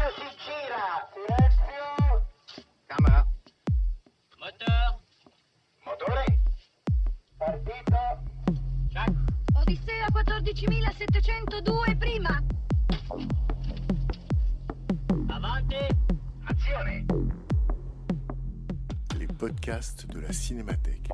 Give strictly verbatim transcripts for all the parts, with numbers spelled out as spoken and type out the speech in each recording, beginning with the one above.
si gira. Silenzio. Camera. Moteur. Motore. Partito. Check. Odissea quattordicimilasettecentodue prima. Avanti. Azione. Les podcasts de la Cinémathèque.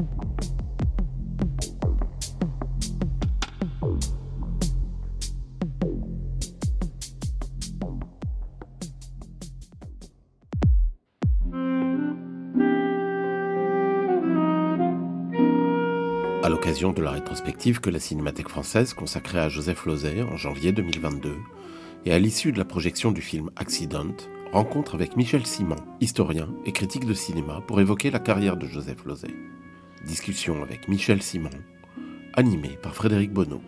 À l'occasion de la rétrospective que la Cinémathèque française consacrait à Joseph Losey en janvier deux mille vingt-deux, et à l'issue de la projection du film Accident, rencontre avec Michel Simon, historien et critique de cinéma, pour évoquer la carrière de Joseph Losey. Discussion avec Michel Simon, animée par Frédéric Bonneau.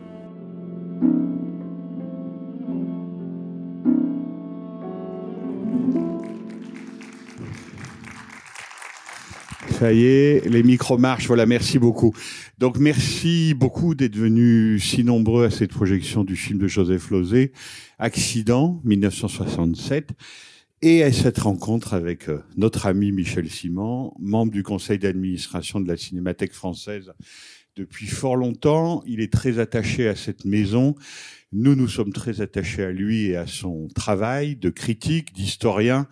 Ça y est, les micros marchent, voilà, merci beaucoup. Donc merci beaucoup d'être venus si nombreux à cette projection du film de Joseph Losey, Accident, dix-neuf cent soixante-sept, et à cette rencontre avec notre ami Michel Simon, membre du conseil d'administration de la Cinémathèque française depuis fort longtemps. Il est très attaché à cette maison. Nous, nous sommes très attachés à lui et à son travail de critique, d'historien,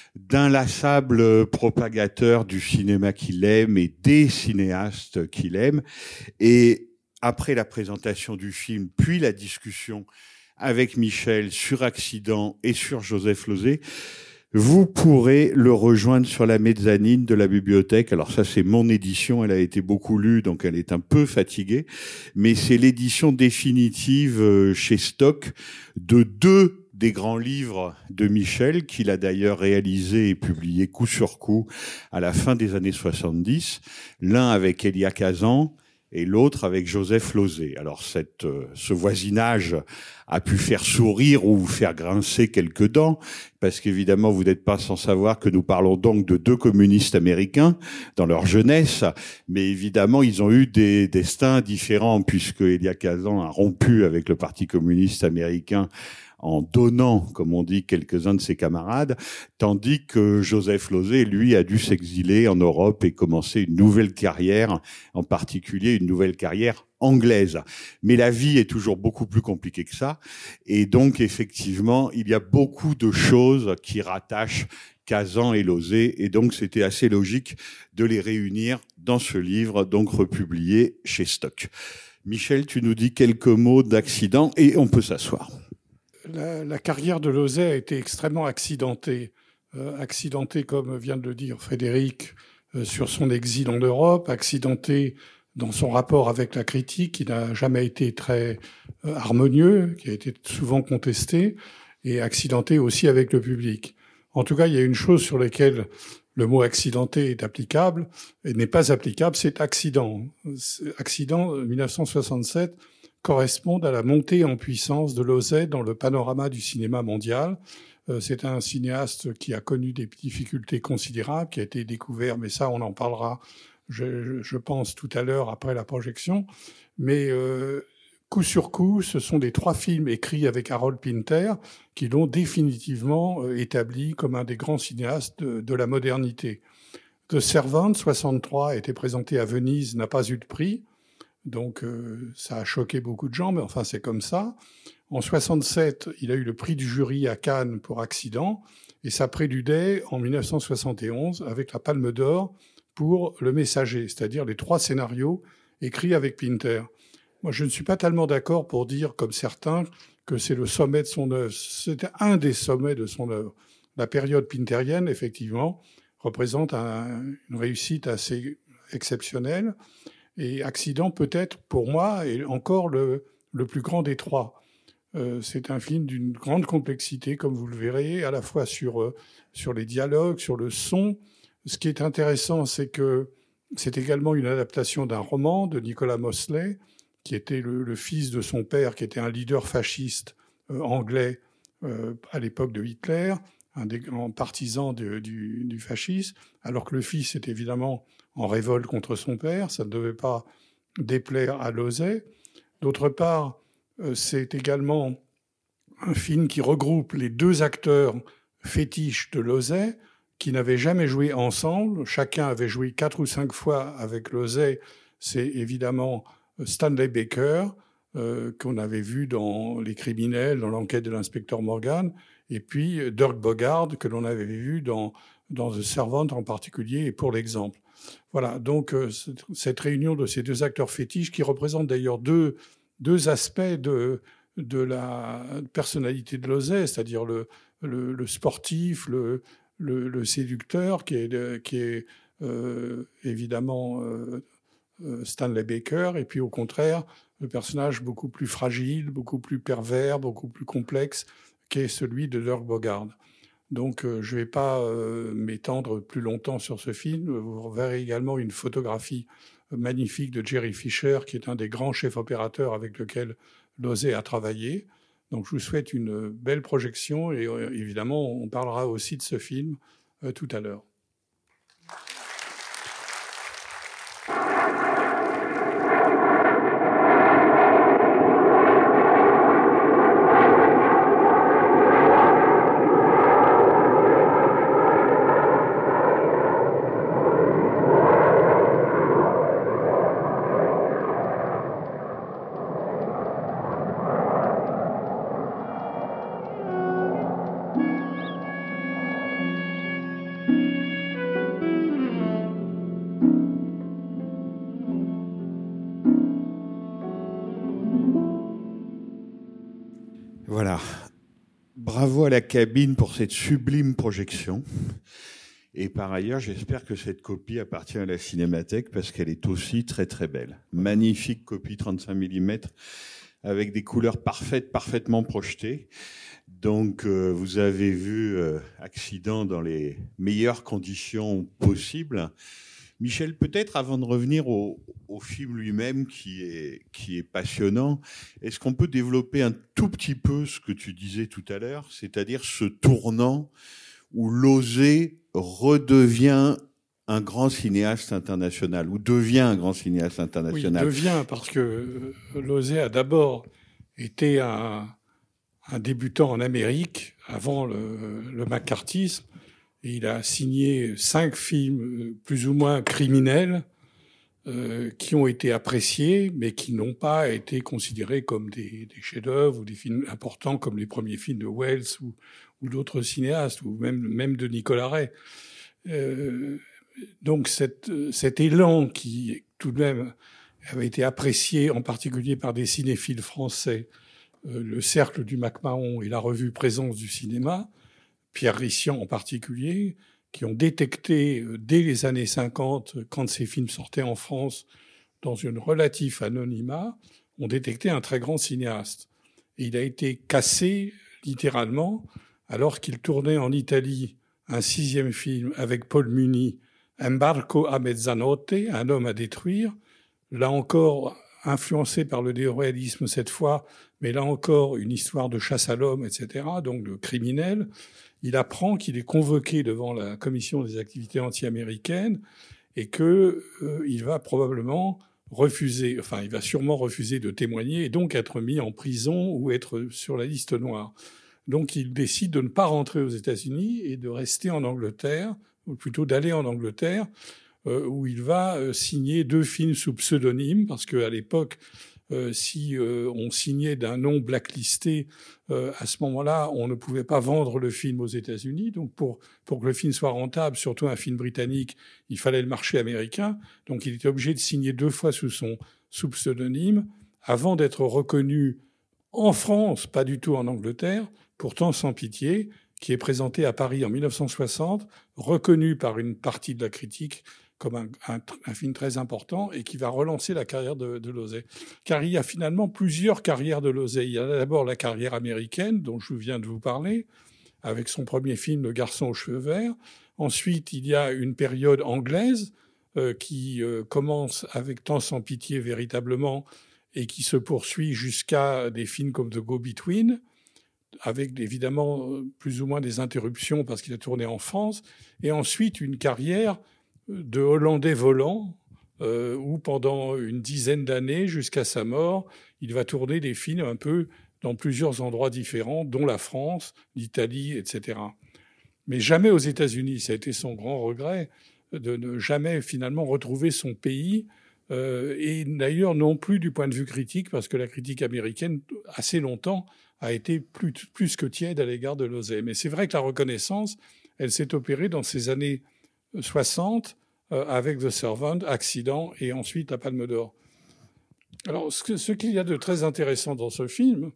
d'inlassable propagateur du cinéma qu'il aime et des cinéastes qu'il aime. Et après la présentation du film, puis la discussion avec Michel sur Accident et sur Joseph Losey, vous pourrez le rejoindre sur la mezzanine de la bibliothèque. Alors ça, c'est mon édition. Elle a été beaucoup lue, donc elle est un peu fatiguée. Mais c'est l'édition définitive chez Stock de deux des grands livres de Michel, qu'il a d'ailleurs réalisé et publié coup sur coup à la fin des années soixante-dix. L'un avec Elia Kazan et l'autre avec Joseph Losey. Alors cette, euh, ce voisinage a pu faire sourire ou faire grincer quelques dents, parce qu'évidemment vous n'êtes pas sans savoir que nous parlons donc de deux communistes américains dans leur jeunesse, mais évidemment ils ont eu des destins différents, puisque Elia Kazan a rompu avec le Parti communiste américain en donnant, comme on dit, quelques-uns de ses camarades, tandis que Joseph Losey, lui, a dû s'exiler en Europe et commencer une nouvelle carrière, en particulier une nouvelle carrière anglaise. Mais la vie est toujours beaucoup plus compliquée que ça, et donc, effectivement, il y a beaucoup de choses qui rattachent Kazan et Losey, et donc c'était assez logique de les réunir dans ce livre, donc republié chez Stock. Michel, tu nous dis quelques mots d'Accident, et on peut s'asseoir. La, la carrière de Losey a été extrêmement accidentée. Euh, accidentée, comme vient de le dire Frédéric, euh, sur son exil en Europe, accidentée dans son rapport avec la critique, qui n'a jamais été très euh, harmonieux, qui a été souvent contesté, et accidentée aussi avec le public. En tout cas, il y a une chose sur laquelle le mot accidenté est applicable, et n'est pas applicable, c'est accident. Accident, dix-neuf cent soixante-sept, correspondent à la montée en puissance de Losey dans le panorama du cinéma mondial. Euh, c'est un cinéaste qui a connu des difficultés considérables, qui a été découvert, mais ça, on en parlera, je, je pense, tout à l'heure après la projection. Mais euh, coup sur coup, ce sont les trois films écrits avec Harold Pinter qui l'ont définitivement euh, établi comme un des grands cinéastes de, de la modernité. The Servant, soixante-trois, a été présenté à Venise, n'a pas eu de prix. Donc, euh, ça a choqué beaucoup de gens, mais enfin, c'est comme ça. En soixante-sept, il a eu le prix du jury à Cannes pour Accident, et ça préludait en dix-neuf cent soixante et onze avec la Palme d'Or pour Le Messager, c'est-à-dire les trois scénarios écrits avec Pinter. Moi, je ne suis pas tellement d'accord pour dire, comme certains, que c'est le sommet de son œuvre. C'était un des sommets de son œuvre. La période pinterienne, effectivement, représente un, une réussite assez exceptionnelle. Et Accident, peut-être, pour moi, est encore le, le plus grand des trois. Euh, c'est un film d'une grande complexité, comme vous le verrez, à la fois sur, euh, sur les dialogues, sur le son. Ce qui est intéressant, c'est que c'est également une adaptation d'un roman de Nicolas Mosley, qui était le, le fils de son père, qui était un leader fasciste euh, anglais euh, à l'époque de Hitler, un des grands partisans de, du, du fascisme, alors que le fils est évidemment en révolte contre son père. Ça ne devait pas déplaire à Losey. D'autre part, c'est également un film qui regroupe les deux acteurs fétiches de Lauzet, qui n'avaient jamais joué ensemble. Chacun avait joué quatre ou cinq fois avec Lauzet. C'est évidemment Stanley Baker, euh, qu'on avait vu dans Les Criminels, dans l'enquête de l'inspecteur Morgan, et puis Dirk Bogarde, que l'on avait vu dans, dans The Servant en particulier, et pour l'exemple. Voilà, donc euh, cette réunion de ces deux acteurs fétiches, qui représentent d'ailleurs deux, deux aspects de, de la personnalité de Lauzet, c'est-à-dire le, le, le sportif, le, le, le séducteur, qui est, qui est euh, évidemment euh, Stanley Baker, et puis au contraire, le personnage beaucoup plus fragile, beaucoup plus pervers, beaucoup plus complexe, qui est celui de Dirk Bogarde. Donc, euh, je ne vais pas euh, m'étendre plus longtemps sur ce film. Vous verrez également une photographie magnifique de Jerry Fisher, qui est un des grands chefs opérateurs avec lequel Lauzet a travaillé. Donc, je vous souhaite une belle projection et euh, évidemment, on parlera aussi de ce film euh, tout à l'heure. Voilà. Bravo à la cabine pour cette sublime projection. Et par ailleurs, j'espère que cette copie appartient à la Cinémathèque parce qu'elle est aussi très très belle. Magnifique copie trente-cinq millimètres avec des couleurs parfaites, parfaitement projetées. Donc, euh, vous avez vu euh, Accident dans les meilleures conditions possibles. Michel, peut-être avant de revenir au, au film lui-même qui est, qui est passionnant, est-ce qu'on peut développer un tout petit peu ce que tu disais tout à l'heure, c'est-à-dire ce tournant où Lauzet redevient un grand cinéaste international, ou devient un grand cinéaste international? Oui, devient, parce que Lauzet a d'abord été un, un débutant en Amérique avant le, le macartisme. Et il a signé cinq films plus ou moins criminels euh, qui ont été appréciés, mais qui n'ont pas été considérés comme des, des chefs-d'œuvre ou des films importants comme les premiers films de Wells ou, ou d'autres cinéastes, ou même, même de Nicolas Ray. Euh, donc cette, cet élan qui, tout de même, avait été apprécié en particulier par des cinéphiles français, euh, le Cercle du MacMahon et la revue Présence du cinéma, Pierre Rissian en particulier, qui ont détecté dès les années cinquante, quand ces films sortaient en France, dans une relative anonymat, ont détecté un très grand cinéaste. Et il a été cassé, littéralement, alors qu'il tournait en Italie un sixième film avec Paul Muni, Embarco a mezzanotte, un homme à détruire, là encore influencé par le néoréalisme cette fois, mais là encore une histoire de chasse à l'homme, et cetera, donc de criminel. Il apprend qu'il est convoqué devant la commission des activités anti-américaines et que euh, il va probablement refuser, enfin, il va sûrement refuser de témoigner et donc être mis en prison ou être sur la liste noire. Donc, il décide de ne pas rentrer aux États-Unis et de rester en Angleterre, ou plutôt d'aller en Angleterre, euh, où il va euh, signer deux films sous pseudonyme, parce qu'à l'époque, Euh, si euh, on signait d'un nom blacklisté, euh, à ce moment-là, on ne pouvait pas vendre le film aux États-Unis. Donc, pour, pour que le film soit rentable, surtout un film britannique, il fallait le marché américain. Donc, il était obligé de signer deux fois sous son sous pseudonyme avant d'être reconnu en France, pas du tout en Angleterre, pourtant Sans Pitié, qui est présenté à Paris en mille neuf cent soixante, reconnu par une partie de la critique comme un, un, un film très important et qui va relancer la carrière de, de Lauzet. Car il y a finalement plusieurs carrières de Lauzet. Il y a d'abord la carrière américaine, dont je viens de vous parler, avec son premier film, Le garçon aux cheveux verts. Ensuite, il y a une période anglaise euh, qui euh, commence avec Tant sans pitié véritablement et qui se poursuit jusqu'à des films comme The Go-Between, avec évidemment plus ou moins des interruptions parce qu'il a tourné en France. Et ensuite, une carrière de Hollandais volant, euh, où pendant une dizaine d'années, jusqu'à sa mort, il va tourner des films un peu dans plusieurs endroits différents, dont la France, l'Italie, et cetera. Mais jamais aux États-Unis. Ça a été son grand regret de ne jamais finalement retrouver son pays, euh, et d'ailleurs non plus du point de vue critique, parce que la critique américaine, assez longtemps, a été plus, plus que tiède à l'égard de Lauzet. Mais c'est vrai que la reconnaissance, elle s'est opérée dans ces années soixante, euh, avec The Servant, Accident, et ensuite La Palme d'Or. Alors, ce, que, ce qu'il y a de très intéressant dans ce film,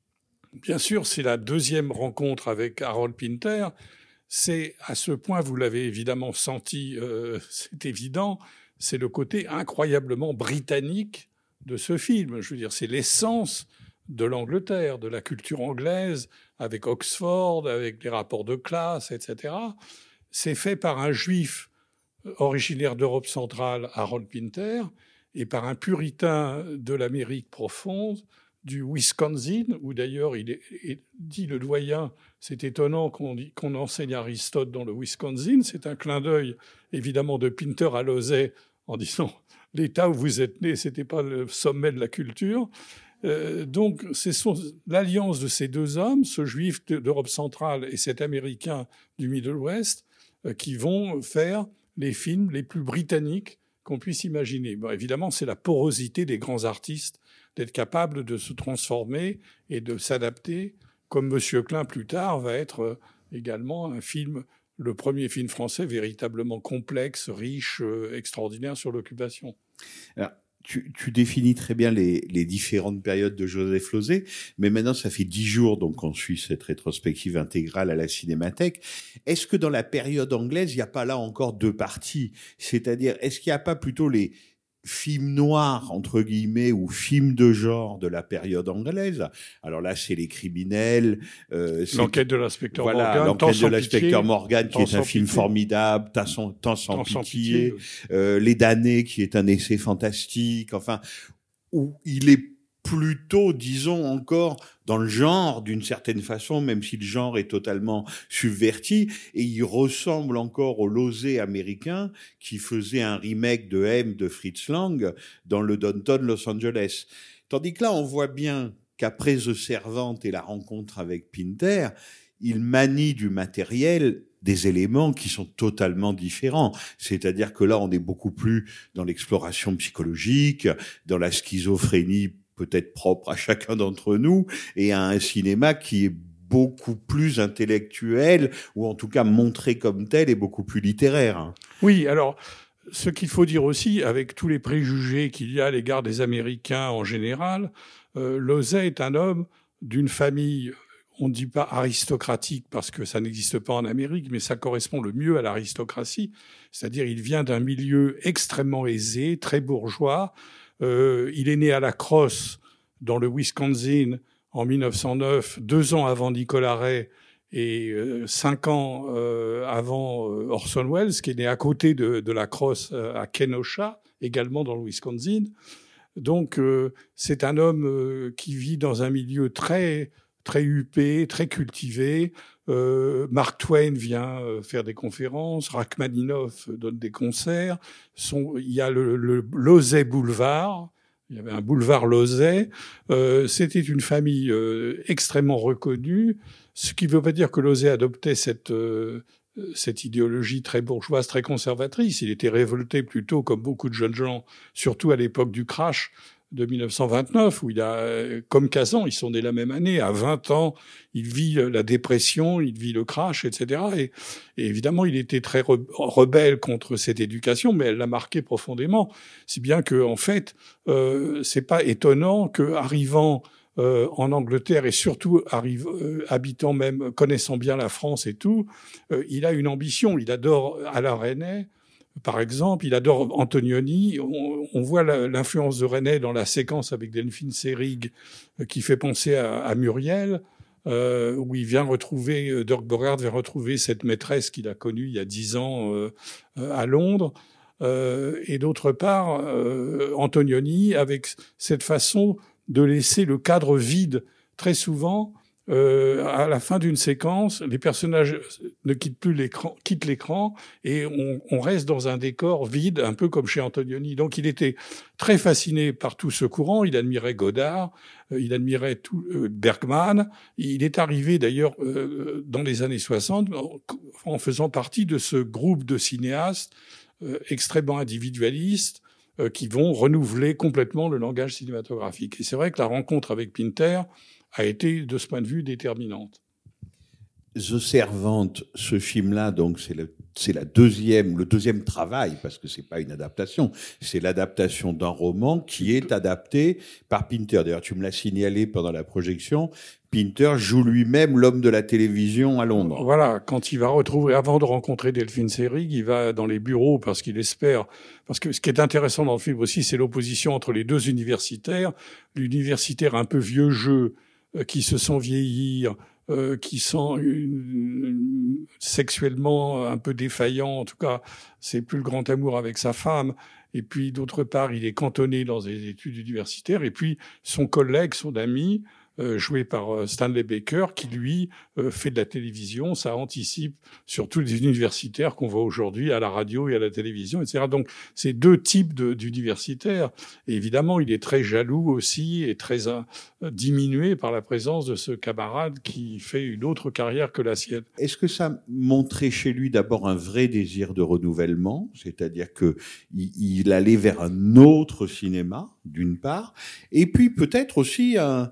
bien sûr, c'est la deuxième rencontre avec Harold Pinter. C'est à ce point, vous l'avez évidemment senti, euh, c'est évident, c'est le côté incroyablement britannique de ce film. Je veux dire, c'est l'essence de l'Angleterre, de la culture anglaise, avec Oxford, avec les rapports de classe, et cetera. C'est fait par un juif originaire d'Europe centrale, Harold Pinter, et par un puritain de l'Amérique profonde, du Wisconsin, où d'ailleurs il est, est, dit le doyen, c'est étonnant qu'on, dit, qu'on enseigne Aristote dans le Wisconsin. C'est un clin d'œil, évidemment, de Pinter à Lauzet, en disant l'État où vous êtes né, c'était pas le sommet de la culture. Euh, donc, c'est son, l'alliance de ces deux hommes, ce juif d'Europe centrale et cet Américain du Middle West, euh, qui vont faire les films les plus britanniques qu'on puisse imaginer. Bon, évidemment, c'est la porosité des grands artistes d'être capable de se transformer et de s'adapter, comme Monsieur Klein plus tard va être également un film, le premier film français véritablement complexe, riche, extraordinaire sur l'occupation. Alors, tu, tu définis très bien les, les différentes périodes de Joseph Losey, mais maintenant ça fait dix jours donc qu'on suit cette rétrospective intégrale à la Cinémathèque. Est-ce que dans la période anglaise, il n'y a pas là encore deux parties ? C'est-à-dire, est-ce qu'il n'y a pas plutôt les film noir, entre guillemets, ou film de genre de la période anglaise. Alors là, c'est Les Criminels. Euh, c'est... L'enquête de l'inspecteur voilà, Morgan. L'enquête de l'inspecteur Morgan, qui est un film pitié. formidable. Temps sans, Temps sans, Temps pitié. sans pitié. Euh, Les Damnés, qui est un essai fantastique. Enfin, où il est plutôt, disons, encore dans le genre, d'une certaine façon, même si le genre est totalement subverti, et il ressemble encore au Losey américain qui faisait un remake de M de Fritz Lang dans le Downtown Los Angeles. Tandis que là, on voit bien qu'après The Servant et la rencontre avec Pinter, il manie du matériel des éléments qui sont totalement différents. C'est-à-dire que là, on est beaucoup plus dans l'exploration psychologique, dans la schizophrénie peut-être propre à chacun d'entre nous, et à un cinéma qui est beaucoup plus intellectuel, ou en tout cas montré comme tel, et beaucoup plus littéraire. Oui, alors, ce qu'il faut dire aussi, avec tous les préjugés qu'il y a à l'égard des Américains en général, euh, Losey est un homme d'une famille, on ne dit pas aristocratique parce que ça n'existe pas en Amérique, mais ça correspond le mieux à l'aristocratie, c'est-à-dire il vient d'un milieu extrêmement aisé, très bourgeois. Euh, il est né à La Crosse, dans le Wisconsin, en mille neuf cent neuf, deux ans avant Nicolas Ray et euh, cinq ans euh, avant euh, Orson Welles, qui est né à côté de, de La Crosse, euh, à Kenosha, également dans le Wisconsin. Donc, euh, c'est un homme euh, qui vit dans un milieu très, très huppé, très cultivé. Euh, Mark Twain vient euh, faire des conférences, Rachmaninoff donne des concerts. Son, il y a le, le Losey Boulevard, il y avait un boulevard Losey. Euh, c'était une famille euh, extrêmement reconnue, ce qui ne veut pas dire que Losey adoptait cette, euh, cette idéologie très bourgeoise, très conservatrice. Il était révolté plutôt, comme beaucoup de jeunes gens, surtout à l'époque du crash de mille neuf cent vingt-neuf, où il a, comme Kazan, ils sont nés la même année, à vingt ans, il vit la dépression, il vit le crash, et cetera. Et, et évidemment, il était très re, rebelle contre cette éducation, mais elle l'a marqué profondément. Si bien que, en fait, euh, c'est pas étonnant que, arrivant euh, en Angleterre et surtout arrive, euh, habitant même, connaissant bien la France et tout, euh, il a une ambition. Il adore Alain Resnais. Par exemple, il adore Antonioni. On, on voit la, l'influence de Resnais dans la séquence avec Delphine Seyrig euh, qui fait penser à, à Muriel, euh, où il vient retrouver, euh, Dirk Bogarde vient retrouver cette maîtresse qu'il a connue il y a dix ans euh, euh, à Londres. Euh, et d'autre part, euh, Antonioni, avec cette façon de laisser le cadre vide. Très souvent, euh, à la fin d'une séquence, les personnages ne quittent plus l'écran, quittent l'écran et on, on reste dans un décor vide, un peu comme chez Antonioni. Donc il était très fasciné par tout ce courant. Il admirait Godard, euh, il admirait tout, euh, Bergman. Il est arrivé d'ailleurs euh, dans les années soixante en, en faisant partie de ce groupe de cinéastes euh, extrêmement individualistes euh, qui vont renouveler complètement le langage cinématographique. Et c'est vrai que la rencontre avec Pinter a été, de ce point de vue, déterminante. The Servant, ce film-là, donc c'est le, c'est la deuxième, le deuxième travail, parce que c'est pas une adaptation, c'est l'adaptation d'un roman qui est adapté par Pinter. D'ailleurs, tu me l'as signalé pendant la projection. Pinter joue lui-même l'homme de la télévision à Londres. Voilà, quand il va retrouver, avant de rencontrer Delphine Seyrig, il va dans les bureaux parce qu'il espère, parce que ce qui est intéressant dans le film aussi, c'est l'opposition entre les deux universitaires, l'universitaire un peu vieux jeu, euh, qui se sent vieillir, euh, qui sent une, une, sexuellement un peu défaillant, en tout cas, c'est plus le grand amour avec sa femme. Et puis, d'autre part, il est cantonné dans des études universitaires. Et puis, son collègue, son ami, Euh, joué par euh, Stanley Baker, qui lui euh, fait de la télévision. Ça anticipe surtout les universitaires qu'on voit aujourd'hui à la radio et à la télévision, et cetera. Donc, c'est deux types de, d'universitaires. Et évidemment, il est très jaloux aussi et très euh, diminué par la présence de ce camarade qui fait une autre carrière que la sienne. Est-ce que ça montrait chez lui d'abord un vrai désir de renouvellement, c'est-à-dire que il, il allait vers un autre cinéma, d'une part, et puis peut-être aussi un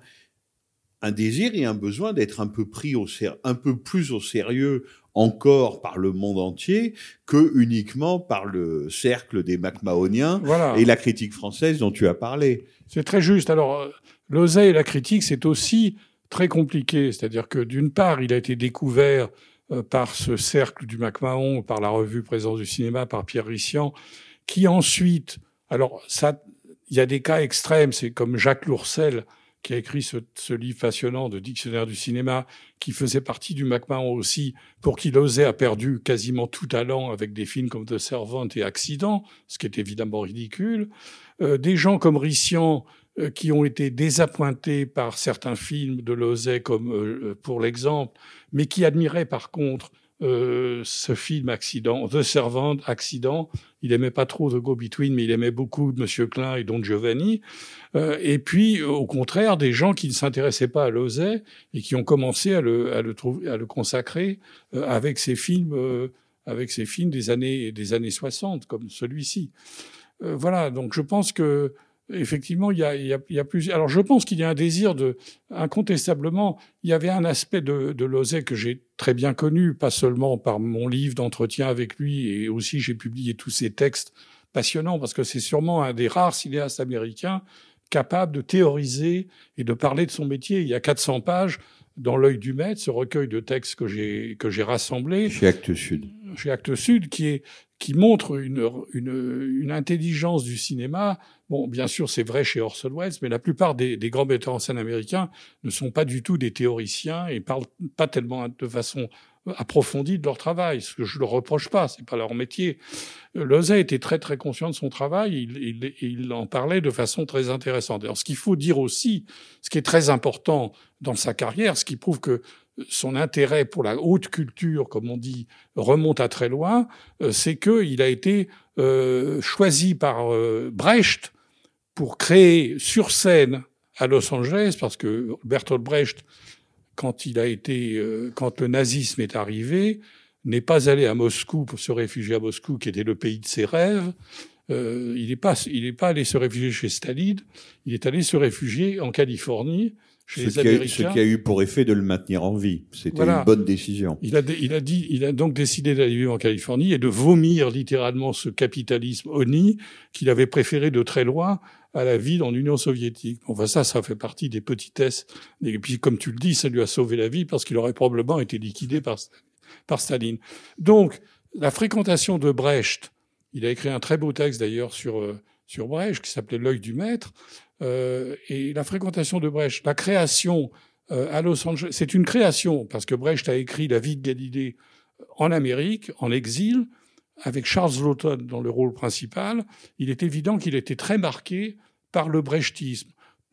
un désir et un besoin d'être un peu pris au ser- un peu plus au sérieux encore par le monde entier que uniquement par le cercle des MacMahoniens voilà. Et la critique française dont tu as parlé. C'est très juste. Alors, l'oseille et la critique, c'est aussi très compliqué. C'est-à-dire que d'une part, il a été découvert euh, par ce cercle du MacMahon, par la revue Présence du cinéma, par Pierre Rissian, qui ensuite, alors ça, il y a des cas extrêmes, c'est comme Jacques Lourcel, qui a écrit ce, ce livre passionnant de dictionnaire du cinéma, qui faisait partie du MacMahon aussi, pour qui l'osait a perdu quasiment tout talent avec des films comme The Servant et Accident, ce qui est évidemment ridicule. Euh, des gens comme Rissian, euh, qui ont été désappointés par certains films de Lozay, comme euh, pour l'exemple, mais qui admiraient par contre Euh, ce film Accident, The Servant, Accident. Il aimait pas trop The Go-Between, mais il aimait beaucoup Monsieur Klein et Don Giovanni. Euh, et puis, au contraire, des gens qui ne s'intéressaient pas à Lozay et qui ont commencé à le, à le trouver, à le consacrer euh, avec ces films, euh, avec ces films des années, des années soixante, comme celui-ci. Euh, voilà. Donc, je pense que effectivement, il y a, il y a, il y a plusieurs. Alors, je pense qu'il y a un désir de, incontestablement, il y avait un aspect de, de Lozay que j'ai très bien connu, pas seulement par mon livre d'entretien avec lui, et aussi j'ai publié tous ses textes passionnants, parce que c'est sûrement un des rares cinéastes américains capables de théoriser et de parler de son métier. Il y a quatre cents pages dans L'œil du maître, ce recueil de textes que j'ai, que j'ai rassemblé. Chez Actes Sud. Chez Actes Sud, qui est, qui montre une, une, une intelligence du cinéma. Bon, bien sûr, c'est vrai chez Orson Welles, mais la plupart des, des grands metteurs en scène américains ne sont pas du tout des théoriciens et parlent pas tellement de façon approfondie de leur travail, ce que je leur reproche pas, c'est pas leur métier. Lozay était très très conscient de son travail, il, il, il en parlait de façon très intéressante. Alors, ce qu'il faut dire aussi, ce qui est très important dans sa carrière, ce qui prouve que son intérêt pour la haute culture, comme on dit, remonte à très loin, c'est qu'il a été euh, choisi par euh, Brecht pour créer sur scène à Los Angeles, parce que Bertolt Brecht, quand il a été, euh, quand le nazisme est arrivé, n'est pas allé à Moscou pour se réfugier à Moscou, qui était le pays de ses rêves. Euh, il n'est pas, il n'est pas allé se réfugier chez Staline. Il est allé se réfugier en Californie, chez ce les qui Américains. A, ce qui a eu pour effet de le maintenir en vie. C'était voilà. une bonne décision. Il a, il a dit, il a donc décidé d'aller vivre en Californie et de vomir littéralement ce capitalisme honni qu'il avait préféré de très loin à la vie dans l'Union soviétique. Enfin, ça, ça fait partie des petitesses. Et puis, comme tu le dis, ça lui a sauvé la vie parce qu'il aurait probablement été liquidé par, par Staline. Donc, la fréquentation de Brecht, il a écrit un très beau texte d'ailleurs sur, euh, sur Brecht qui s'appelait L'œil du maître. Euh, et la fréquentation de Brecht, la création euh, à Los Angeles, c'est une création parce que Brecht a écrit La vie de Galilée en Amérique, en exil, avec Charles Laughton dans le rôle principal. Il est évident qu'il était très marqué par le brechtisme,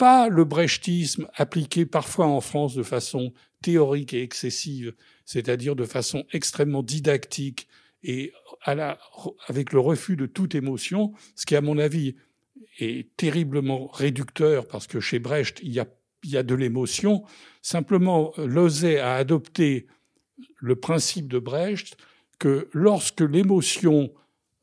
pas le brechtisme appliqué parfois en France de façon théorique et excessive, c'est-à-dire de façon extrêmement didactique et à la, avec le refus de toute émotion, ce qui, à mon avis, est terriblement réducteur parce que chez Brecht, il y a, il y a de l'émotion. Simplement, Lauzet a adopté le principe de Brecht que lorsque l'émotion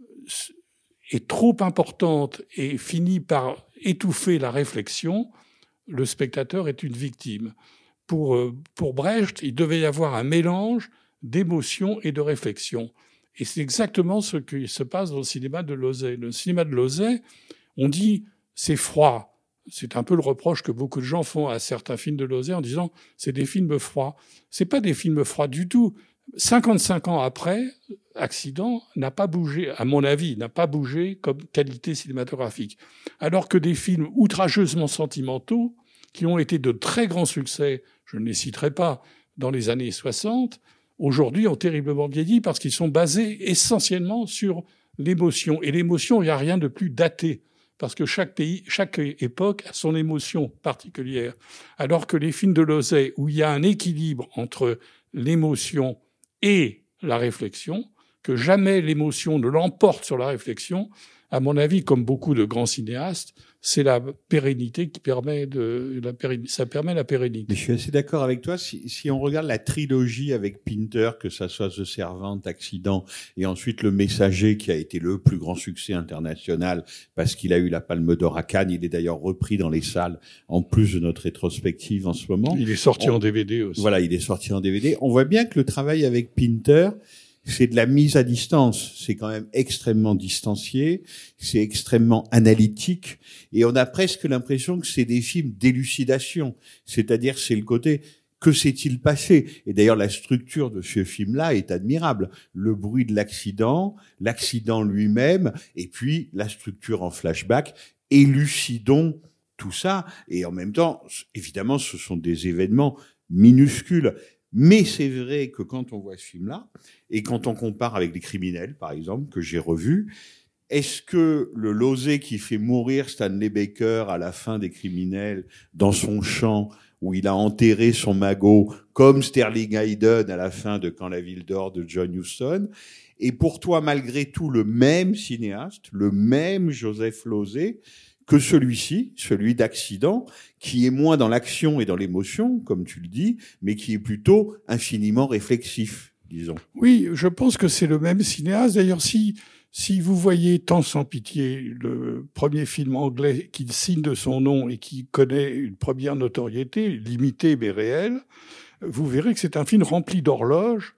est trop importante et finit par étouffer la réflexion, le spectateur est une victime. Pour, pour Brecht, il devait y avoir un mélange d'émotion et de réflexion. Et c'est exactement ce qui se passe dans le cinéma de Lauzet. Le cinéma de Lauzet, on dit, c'est froid. C'est un peu le reproche que beaucoup de gens font à certains films de Lauzet en disant, c'est des films froids. C'est pas des films froids du tout. cinquante-cinq ans après, Accident n'a pas bougé, à mon avis, n'a pas bougé comme qualité cinématographique. Alors que des films outrageusement sentimentaux, qui ont été de très grands succès, je ne les citerai pas, dans les années soixante, aujourd'hui ont terriblement vieilli parce qu'ils sont basés essentiellement sur l'émotion. Et l'émotion, il n'y a rien de plus daté, parce que chaque pays, chaque époque a son émotion particulière. Alors que les films de Lauzet, où il y a un équilibre entre l'émotion et la réflexion, que jamais l'émotion ne l'emporte sur la réflexion, à mon avis, comme beaucoup de grands cinéastes, c'est la pérennité qui permet de, la pérennité, ça permet la pérennité. Mais je suis assez d'accord avec toi. Si, si on regarde la trilogie avec Pinter, que ça soit The Servant, Accident, et ensuite Le Messager, qui a été le plus grand succès international parce qu'il a eu la Palme d'Or à Cannes. Il est d'ailleurs repris dans les salles, en plus de notre rétrospective en ce moment. Il est sorti on, en D V D aussi. Voilà, il est sorti en D V D. On voit bien que le travail avec Pinter, c'est de la mise à distance. C'est quand même extrêmement distancié, c'est extrêmement analytique, et on a presque l'impression que c'est des films d'élucidation. C'est-à-dire, c'est le côté « que s'est-il passé ?» Et d'ailleurs, la structure de ce film-là est admirable. Le bruit de l'accident, l'accident lui-même, et puis la structure en flashback. Élucidons tout ça. Et en même temps, évidemment, ce sont des événements minuscules. Mais c'est vrai que quand on voit ce film-là, et quand on compare avec Les Criminels, par exemple, que j'ai revu, est-ce que le Lauzet qui fait mourir Stanley Baker à la fin des Criminels dans son champ, où il a enterré son magot, comme Sterling Hayden à la fin de Quand la ville dort de John Huston, est pour toi malgré tout le même cinéaste, le même Joseph Lauzet, que celui-ci, celui d'Accident, qui est moins dans l'action et dans l'émotion, comme tu le dis, mais qui est plutôt infiniment réflexif, disons. Oui, je pense que c'est le même cinéaste. D'ailleurs, si, si vous voyez Temps sans pitié, le premier film anglais qui signe de son nom et qui connaît une première notoriété, limitée mais réelle, vous verrez que c'est un film rempli d'horloges,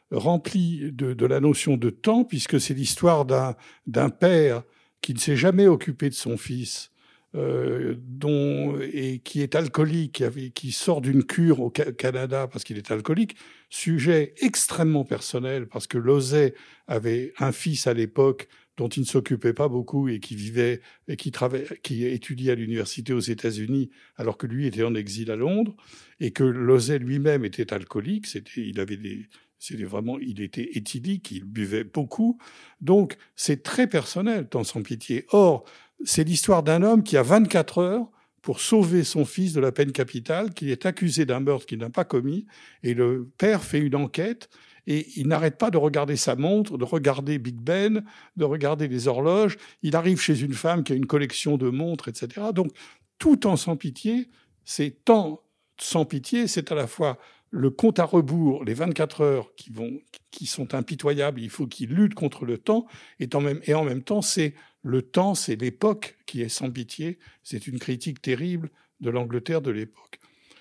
rempli de, de la notion de temps, puisque c'est l'histoire d'un, d'un père qui ne s'est jamais occupé de son fils, euh, dont, et qui est alcoolique, qui, avait, qui sort d'une cure au Canada parce qu'il est alcoolique, sujet extrêmement personnel, parce que Lauzet avait un fils à l'époque dont il ne s'occupait pas beaucoup et qui vivait et qui travaillait, qui étudiait à l'université aux États-Unis alors que lui était en exil à Londres, et que Lauzet lui-même était alcoolique. C'était, il avait des C'était vraiment, il était éthylique, il buvait beaucoup. Donc, c'est très personnel, Temps sans pitié. Or, c'est l'histoire d'un homme qui a vingt-quatre heures pour sauver son fils de la peine capitale, qui est accusé d'un meurtre qu'il n'a pas commis. Et le père fait une enquête et il n'arrête pas de regarder sa montre, de regarder Big Ben, de regarder les horloges. Il arrive chez une femme qui a une collection de montres, et cetera. Donc, tout Temps sans pitié, c'est Temps sans pitié, c'est à la fois le compte à rebours, les vingt-quatre heures qui vont, qui sont impitoyables, il faut qu'il lutte contre le temps, et en même, et en même temps, c'est le temps, c'est l'époque qui est sans pitié. C'est une critique terrible de l'Angleterre de l'époque.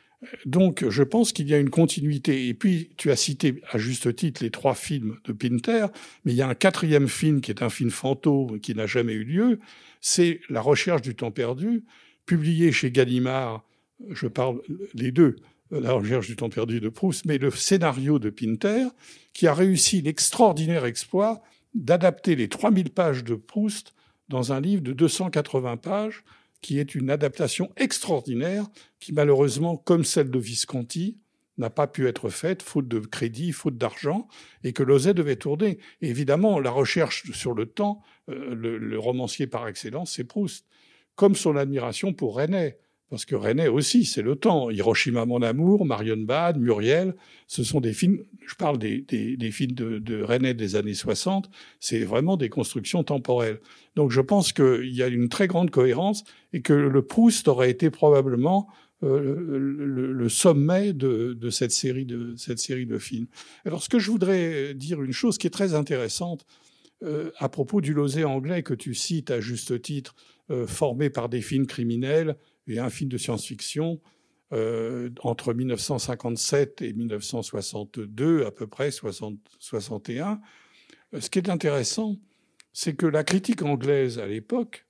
Donc, je pense qu'il y a une continuité. Et puis, tu as cité à juste titre les trois films de Pinter, mais il y a un quatrième film qui est un film fantôme qui n'a jamais eu lieu. C'est La recherche du temps perdu, publié chez Gallimard. Je parle les deux. La recherche du temps perdu de Proust, mais le scénario de Pinter, qui a réussi l'extraordinaire exploit d'adapter les trois mille pages de Proust dans un livre de deux cent quatre-vingts pages, qui est une adaptation extraordinaire, qui malheureusement, comme celle de Visconti, n'a pas pu être faite, faute de crédit, faute d'argent, et que Lauzet devait tourner. Et évidemment, la recherche sur le temps, euh, le, le romancier par excellence, c'est Proust, comme son admiration pour Resnais. Parce que René aussi, c'est le temps. Hiroshima, mon amour, Marienbad, Muriel, ce sont des films, je parle des, des, des films de, de René des années soixante, c'est vraiment des constructions temporelles. Donc je pense qu'il y a une très grande cohérence et que le Proust aurait été probablement euh, le, le sommet de, de, cette série de cette série de films. Alors ce que je voudrais dire, une chose qui est très intéressante, euh, à propos du Lauzet anglais que tu cites à juste titre, euh, formé par des films criminels, et un film de science-fiction euh, entre mille neuf cent cinquante-sept et mille neuf cent soixante-deux, à peu près, soixante, soixante et un. Ce qui est intéressant, c'est que la critique anglaise, à l'époque,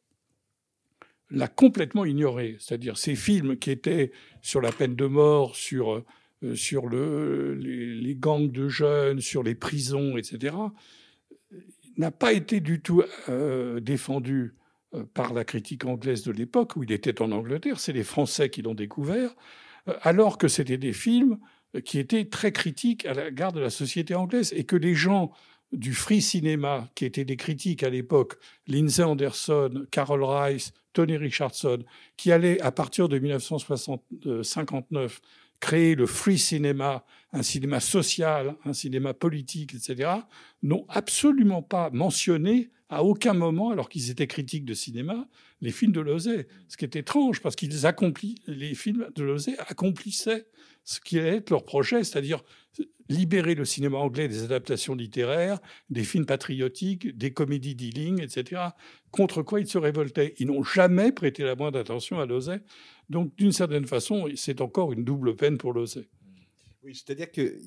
l'a complètement ignoré. C'est-à-dire ces films qui étaient sur la peine de mort, sur, euh, sur le, les, les gangs de jeunes, sur les prisons, et cetera, n'a pas été du tout euh, défendu par la critique anglaise de l'époque, où il était en Angleterre. C'est les Français qui l'ont découvert, alors que c'était des films qui étaient très critiques à l'égard de la société anglaise, et que les gens du free cinéma, qui étaient des critiques à l'époque, Lindsay Anderson, Carol Rice, Tony Richardson, qui allaient, à partir de mille neuf cent cinquante-neuf, créer le free cinéma, un cinéma social, un cinéma politique, et cetera, n'ont absolument pas mentionné à aucun moment, alors qu'ils étaient critiques de cinéma, les films de Lauzet. Ce qui est étrange, parce qu'ils accomplissaient, les films de Lauzet accomplissaient ce qui allait être leur projet, c'est-à-dire libérer le cinéma anglais des adaptations littéraires, des films patriotiques, des comédies dealing, et cetera, contre quoi ils se révoltaient. Ils n'ont jamais prêté la moindre attention à Lauzet. Donc, d'une certaine façon, c'est encore une double peine pour Lauzet. Oui, c'est-à-dire qu'il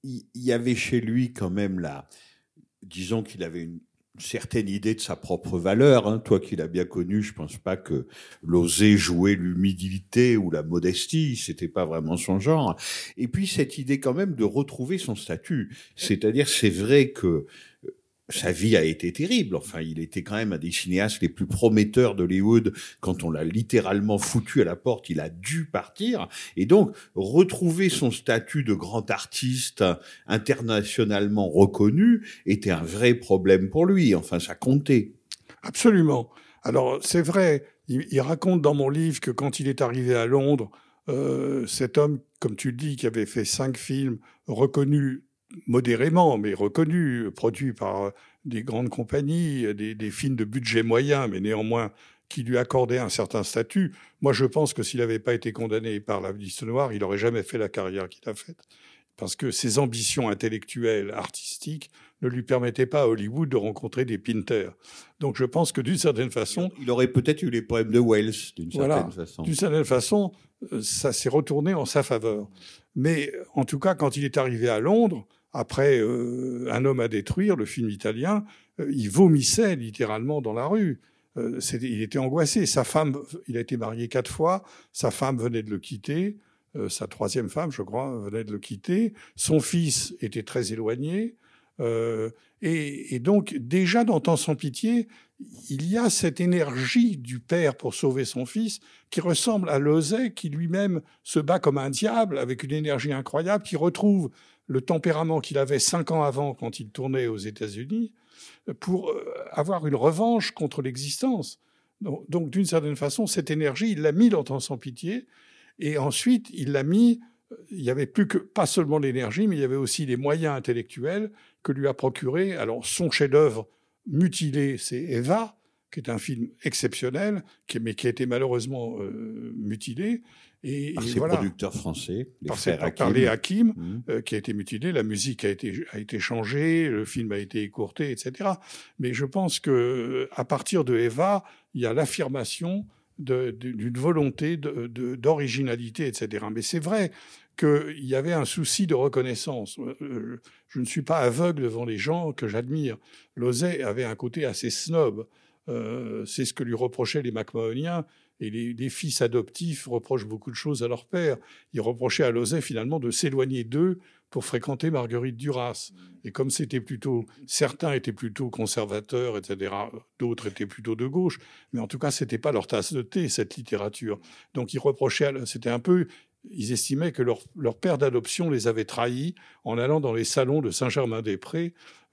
y avait chez lui quand même la... Disons qu'il avait une certaine idée de sa propre valeur. Hein. Toi qui l'as bien connu, je pense pas que Lauzet jouait l'humilité ou la modestie, c'était pas vraiment son genre. Et puis cette idée quand même de retrouver son statut. C'est-à-dire, c'est vrai que sa vie a été terrible. Enfin, il était quand même un des cinéastes les plus prometteurs d'Hollywood. Quand on l'a littéralement foutu à la porte, il a dû partir. Et donc, retrouver son statut de grand artiste internationalement reconnu était un vrai problème pour lui. Enfin, ça comptait. Absolument. Alors, c'est vrai, il, il raconte dans mon livre que quand il est arrivé à Londres, euh, cet homme, comme tu le dis, qui avait fait cinq films reconnus modérément, mais reconnus, produits par des grandes compagnies, des, des films de budget moyen, mais néanmoins qui lui accordaient un certain statut. Moi, je pense que s'il n'avait pas été condamné par la liste noire, il n'aurait jamais fait la carrière qu'il a faite. Parce que ses ambitions intellectuelles, artistiques, ne lui permettaient pas à Hollywood de rencontrer des Pinter. Donc je pense que d'une certaine façon... Il aurait peut-être eu les poèmes de Wells, d'une voilà, certaine façon. D'une certaine façon, ça s'est retourné en sa faveur. Mais en tout cas, quand il est arrivé à Londres, après euh, Un homme à détruire, le film italien, euh, il vomissait littéralement dans la rue. Euh, il était angoissé. Sa femme, il a été marié quatre fois, sa femme venait de le quitter, euh, sa troisième femme, je crois, venait de le quitter. Son fils était très éloigné. Euh, et, et donc, déjà dans Temps sans pitié, il y a cette énergie du père pour sauver son fils qui ressemble à Lauzet, qui lui-même se bat comme un diable avec une énergie incroyable, qui retrouve le tempérament qu'il avait cinq ans avant quand il tournait aux États-Unis pour avoir une revanche contre l'existence. Donc, donc d'une certaine façon, cette énergie, il l'a mis dans Temps sans pitié, et ensuite, il l'a mis... Il y avait plus que, pas seulement l'énergie, mais il y avait aussi les moyens intellectuels que lui a procuré. Alors, son chef-d'œuvre mutilé, c'est Eva, qui est un film exceptionnel, qui, mais qui a été malheureusement euh, mutilé. Et, par et ses voilà. producteurs français, les par frères ses, Hakim. Par les Hakim, mmh. euh, qui a été mutilé. La musique a été, a été changée, le film a été écourté, et cetera. Mais je pense que à partir de Eva, il y a l'affirmation de, de, d'une volonté de, de, d'originalité, et cetera. Mais c'est vrai qu'il y avait un souci de reconnaissance. Je ne suis pas aveugle devant les gens que j'admire. Lauzet avait un côté assez snob. Euh, c'est ce que lui reprochaient les Macmahoniens. Et les, les fils adoptifs reprochent beaucoup de choses à leur père. Ils reprochaient à Lauzet, finalement, de s'éloigner d'eux pour fréquenter Marguerite Duras. Et comme c'était plutôt... Certains étaient plutôt conservateurs, et cetera. D'autres étaient plutôt de gauche. Mais en tout cas, c'était pas leur tasse de thé, cette littérature. Donc, ils reprochaient... À, c'était un peu... Ils estimaient que leur, leur père d'adoption les avait trahis en allant dans les salons de Saint-Germain-des-Prés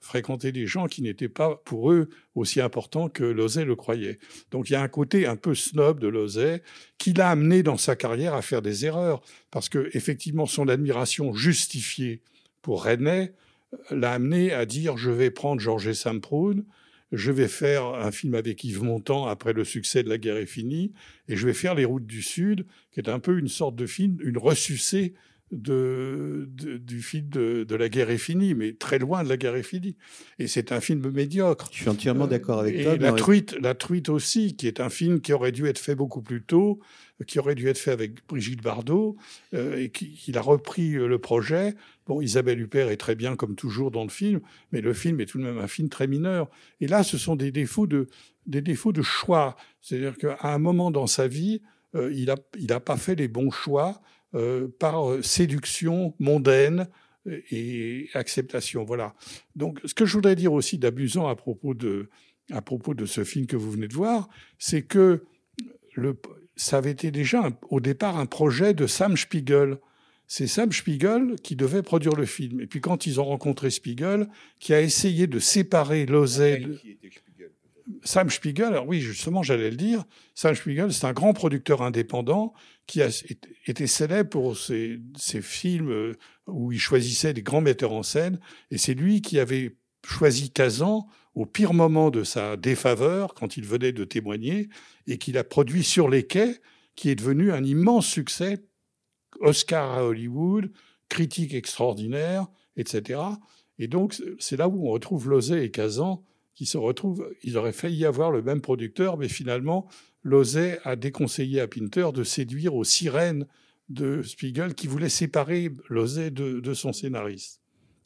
fréquenter des gens qui n'étaient pas, pour eux, aussi importants que Lauzet le croyait. Donc il y a un côté un peu snob de Lauzet qui l'a amené dans sa carrière à faire des erreurs, parce que effectivement son admiration justifiée pour Resnais l'a amené à dire « je vais prendre Georges Samproun, je vais faire un film avec Yves Montand après le succès de La guerre est finie, et je vais faire Les routes du Sud », qui est un peu une sorte de film, une ressucée De, de, du film de, de La guerre est finie, mais très loin de La guerre est finie. Et c'est un film médiocre. Je suis entièrement d'accord avec et toi. Et la, truite, la Truite aussi, qui est un film qui aurait dû être fait beaucoup plus tôt, qui aurait dû être fait avec Brigitte Bardot, euh, et qui il a repris le projet. Bon, Isabelle Huppert est très bien, comme toujours, dans le film, mais le film est tout de même un film très mineur. Et là, ce sont des défauts de, des défauts de choix. C'est-à-dire qu'à un moment dans sa vie, euh, il a, il a pas fait les bons choix, Euh, par séduction mondaine et acceptation. Voilà. Donc, ce que je voudrais dire aussi d'amusant à propos de, à propos de ce film que vous venez de voir, c'est que le, ça avait été déjà un, au départ un projet de Sam Spiegel. C'est Sam Spiegel qui devait produire le film. Et puis quand ils ont rencontré Spiegel, qui a essayé de séparer Lauzet... De... Sam Spiegel, alors oui, justement, j'allais le dire. Sam Spiegel, c'est un grand producteur indépendant qui a été célèbre pour ses, ses films où il choisissait des grands metteurs en scène. Et c'est lui qui avait choisi Kazan au pire moment de sa défaveur, quand il venait de témoigner, et qu'il a produit Sur les quais, qui est devenu un immense succès, Oscar à Hollywood, critique extraordinaire, et cetera. Et donc, c'est là où on retrouve Lauzet et Kazan, qui se retrouvent, ils auraient failli avoir le même producteur, mais finalement, Lauzet a déconseillé à Pinter de séduire aux sirènes de Spiegel, qui voulait séparer Lauzet de, de son scénariste.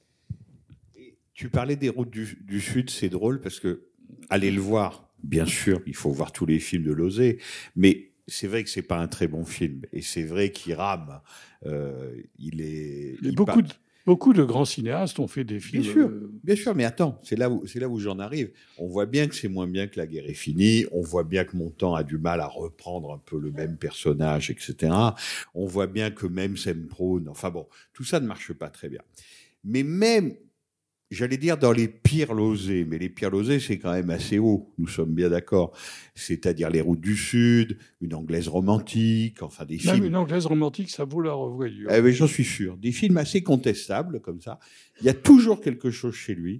Tu parlais des routes du, du Sud, c'est drôle, parce que aller le voir, bien sûr, il faut voir tous les films de Lauzet, mais c'est vrai que c'est pas un très bon film, et c'est vrai qu'il rame. Euh, il est... Il y a il beaucoup pa- de... Beaucoup de grands cinéastes ont fait des films. Bien sûr, euh... bien sûr, mais attends, c'est là où c'est là où j'en arrive. On voit bien que c'est moins bien que La guerre est finie. On voit bien que Montand a du mal à reprendre un peu le même personnage, et cetera. On voit bien que même Semprún, enfin bon, tout ça ne marche pas très bien. Mais même, j'allais dire dans les pires Lauzet, mais les pires Lauzet, c'est quand même assez haut. Nous sommes bien d'accord. C'est-à-dire Les routes du Sud, Une Anglaise romantique, enfin des Même films. Une Anglaise romantique, ça vaut la revoyure. Eh ben, j'en suis sûr. Des films assez contestables, comme ça. Il y a toujours quelque chose chez lui.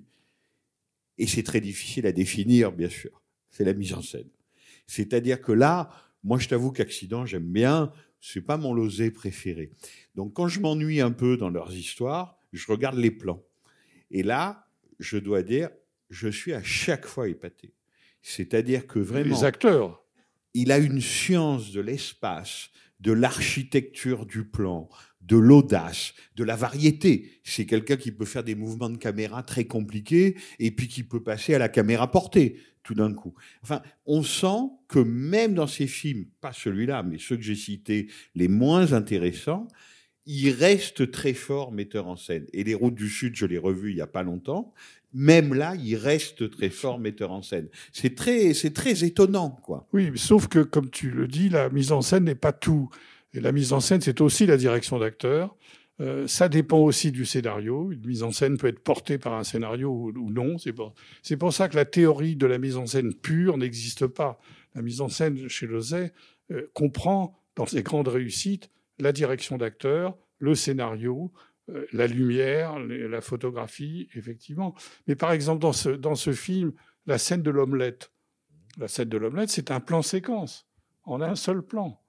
Et c'est très difficile à définir, bien sûr. C'est la mise en scène. C'est-à-dire que là, moi, je t'avoue qu'Accident, j'aime bien. C'est pas mon Lauzet préféré. Donc, quand je m'ennuie un peu dans leurs histoires, je regarde les plans. Et là, je dois dire, je suis à chaque fois épaté. C'est-à-dire que vraiment... Les acteurs. Il a une science de l'espace, de l'architecture du plan, de l'audace, de la variété. C'est quelqu'un qui peut faire des mouvements de caméra très compliqués et puis qui peut passer à la caméra portée tout d'un coup. Enfin, on sent que même dans ces films, pas celui-là, mais ceux que j'ai cités, les moins intéressants, il reste très fort metteur en scène. Et Les routes du Sud, je l'ai revu il n'y a pas longtemps. Même là, il reste très fort metteur en scène. C'est très, c'est très étonnant, quoi. Oui, sauf que, comme tu le dis, la mise en scène n'est pas tout. Et la mise en scène, c'est aussi la direction d'acteur. Euh, ça dépend aussi du scénario. Une mise en scène peut être portée par un scénario ou, ou non. C'est pour, c'est pour ça que la théorie de la mise en scène pure n'existe pas. La mise en scène chez Lauzet euh, comprend, dans ses grandes réussites, la direction d'acteur, le scénario, euh, la lumière, les, la photographie, effectivement. Mais par exemple, dans ce, dans ce film, la scène de l'omelette, la scène de l'omelette, c'est un plan séquence, en un seul plan.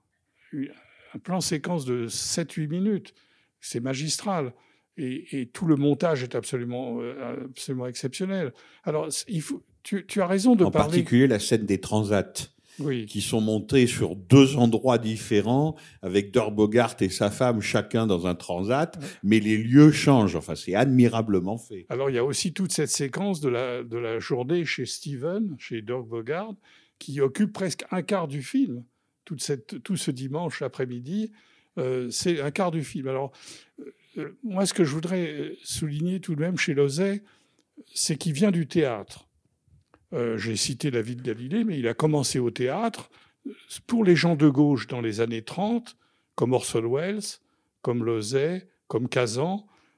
Un plan séquence de sept huit minutes. C'est magistral. Et, et tout le montage est absolument, euh, absolument exceptionnel. Alors, il faut, tu, tu as raison de en parler... En particulier la scène des transats. Oui. Qui sont montés sur deux endroits différents, avec Dor Bogart et sa femme, chacun dans un transat, ouais. Mais les lieux changent. Enfin, c'est admirablement fait. Alors, il y a aussi toute cette séquence de la, de la journée chez Steven, chez Dor Bogart, qui occupe presque un quart du film. Toute cette, tout ce dimanche après-midi, euh, c'est un quart du film. Alors, euh, moi, ce que je voudrais souligner tout de même chez Lauzet, c'est qu'il vient du théâtre. Euh, j'ai cité La vie de Galilée, mais il a commencé au théâtre. Pour les gens de gauche dans les années trente, comme Orson Welles, comme Lauzet, comme Kazan,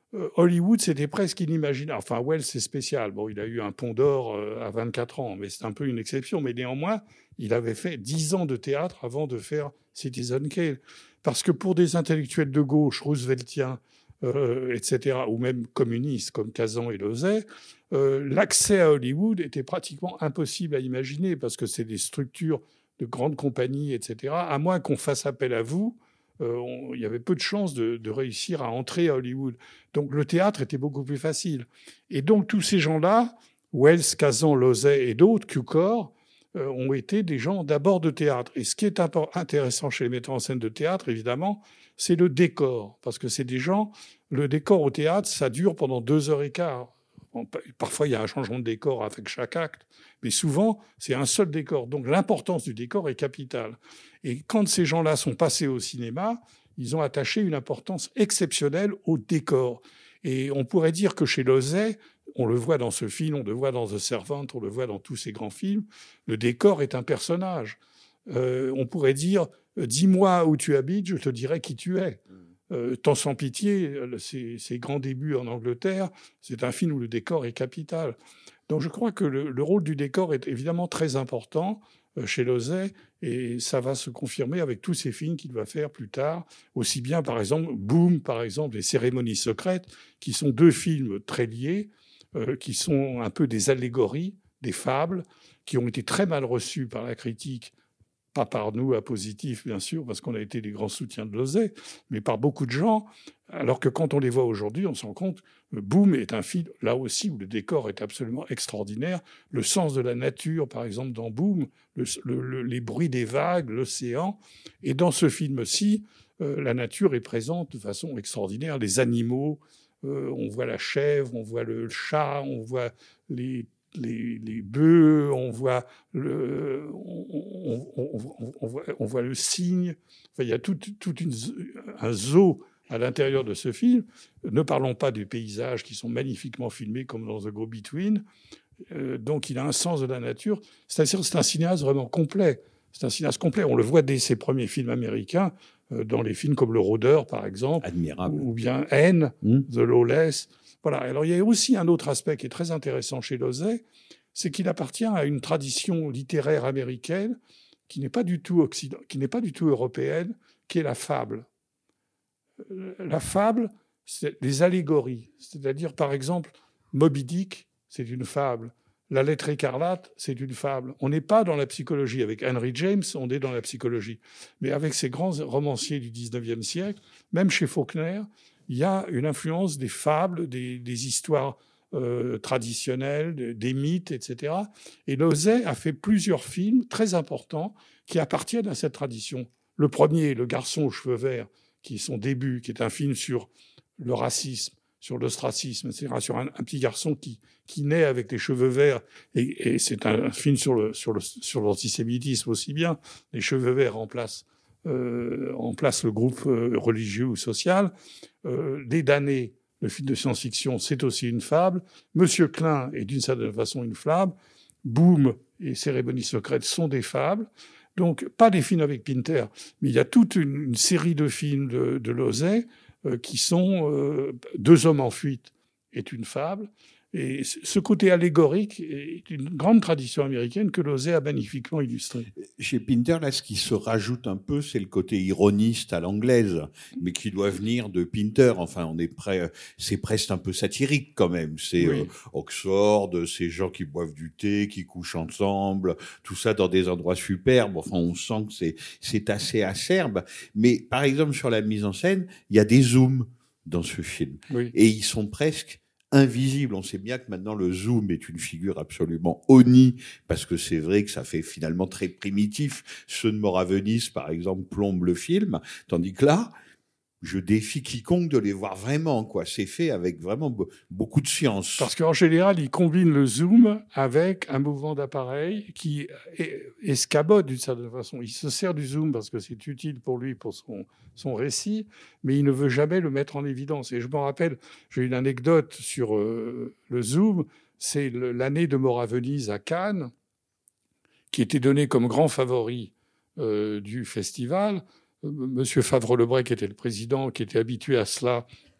euh, Hollywood, c'était presque inimaginable. Enfin, Wells, c'est spécial. Bon, il a eu un Pont d'Or euh, à vingt-quatre ans, mais c'est un peu une exception. Mais néanmoins, il avait fait dix ans de théâtre avant de faire Citizen Kane. Parce que pour des intellectuels de gauche, rooseveltiens, euh, et cetera, ou même communistes comme Kazan et Lauzet, euh, l'accès à Hollywood était pratiquement impossible à imaginer parce que c'est des structures de grandes compagnies, et cetera. À moins qu'on fasse appel à vous, euh, on, il y avait peu de chances de, de réussir à entrer à Hollywood. Donc le théâtre était beaucoup plus facile. Et donc tous ces gens-là, Wells, Kazan, Lauzet et d'autres, Cukor, euh, ont été des gens d'abord de théâtre. Et ce qui est intéressant chez les metteurs en scène de théâtre, évidemment, c'est le décor. Parce que c'est des gens... Le décor au théâtre, ça dure pendant deux heures et quart. Parfois, il y a un changement de décor avec chaque acte, mais souvent, c'est un seul décor. Donc, l'importance du décor est capitale. Et quand ces gens-là sont passés au cinéma, ils ont attaché une importance exceptionnelle au décor. Et on pourrait dire que chez Lauzet, on le voit dans ce film, on le voit dans The Servant, on le voit dans tous ces grands films, le décor est un personnage. Euh, on pourrait dire, dis-moi où tu habites, je te dirai qui tu es. Euh, Tant sans pitié, ses, ses grands débuts en Angleterre, c'est un film où le décor est capital. Donc je crois que le, le rôle du décor est évidemment très important euh, chez Lauzet, et ça va se confirmer avec tous ces films qu'il va faire plus tard, aussi bien par exemple Boom, par exemple, Les Cérémonies secrètes, qui sont deux films très liés, euh, qui sont un peu des allégories, des fables, qui ont été très mal reçus par la critique, pas par nous à positif, bien sûr, parce qu'on a été des grands soutiens de Lauzet, mais par beaucoup de gens, alors que quand on les voit aujourd'hui, on se rend compte que Boom est un film, là aussi, où le décor est absolument extraordinaire. Le sens de la nature, par exemple, dans Boom, le, le, les bruits des vagues, l'océan. Et dans ce film-ci, euh, la nature est présente de façon extraordinaire. Les animaux, euh, on voit la chèvre, on voit le chat, on voit les Les, les bœufs, on voit le, on, on, on, on, voit, on voit le cygne. Enfin, il y a tout, tout une, un zoo à l'intérieur de ce film. Ne parlons pas des paysages qui sont magnifiquement filmés comme dans The Go-Between. Euh, donc, il a un sens de la nature. C'est-à-dire, c'est un cinéaste vraiment complet. C'est un cinéaste complet. On le voit dès ses premiers films américains, euh, dans les films comme Le Rôdeur, par exemple. Admirable. Ou bien N, mmh. The Lawless. Voilà. Alors, il y a aussi un autre aspect qui est très intéressant chez Lauzet, c'est qu'il appartient à une tradition littéraire américaine qui n'est pas du tout occident, qui n'est pas du tout européenne, qui est la fable. La fable, c'est les allégories. C'est-à-dire, par exemple, Moby Dick, c'est une fable. La lettre écarlate, c'est une fable. On n'est pas dans la psychologie. Avec Henry James, on est dans la psychologie. Mais avec ces grands romanciers du dix-neuvième siècle, même chez Faulkner, il y a une influence des fables, des, des histoires euh, traditionnelles, des mythes, et cetera. Et Lauzet a fait plusieurs films très importants qui appartiennent à cette tradition. Le premier, Le garçon aux cheveux verts, qui est son début, qui est un film sur le racisme, sur l'ostracisme, et cetera, sur un, un petit garçon qui, qui naît avec les cheveux verts. Et, et c'est un, un film sur, le, sur, le, sur l'antisémitisme aussi bien. Les cheveux verts remplacent Euh, en place le groupe euh, religieux ou social. Euh, Les damnés, le film de science-fiction, c'est aussi une fable. Monsieur Klein est d'une certaine façon une fable. Boom et Cérémonies secrètes sont des fables. Donc, pas des films avec Pinter, mais il y a toute une, une série de films de, de Lauzet euh, qui sont euh, Deux hommes en fuite est une fable. Et ce côté allégorique est une grande tradition américaine que Lauzet a magnifiquement illustrée. Chez Pinter, là, ce qui se rajoute un peu, c'est le côté ironiste à l'anglaise, mais qui doit venir de Pinter. Enfin, on est prêt, c'est presque un peu satirique quand même. C'est oui. euh, Oxford, ces gens qui boivent du thé, qui couchent ensemble, tout ça dans des endroits superbes. Enfin, on sent que c'est, c'est assez acerbe. Mais par exemple, sur la mise en scène, il y a des zooms dans ce film. Oui. Et ils sont presque invisible. On sait bien que maintenant le zoom est une figure absolument honnie parce que c'est vrai que ça fait finalement très primitif. Ceux de Moravenis, par exemple, plombent le film, tandis que là, je défie quiconque de les voir vraiment, quoi. C'est fait avec vraiment be- beaucoup de science. Parce qu'en général, il combine le zoom avec un mouvement d'appareil qui escabote d'une certaine façon. Il se sert du zoom parce que c'est utile pour lui, pour son, son récit, mais il ne veut jamais le mettre en évidence. Et je me rappelle, j'ai une anecdote sur euh, le zoom, c'est le, l'année de Moravenis à Cannes, qui était donnée comme grand favori euh, du festival. Monsieur Favre-Lebrec, qui était le président, qui était habitué à cela,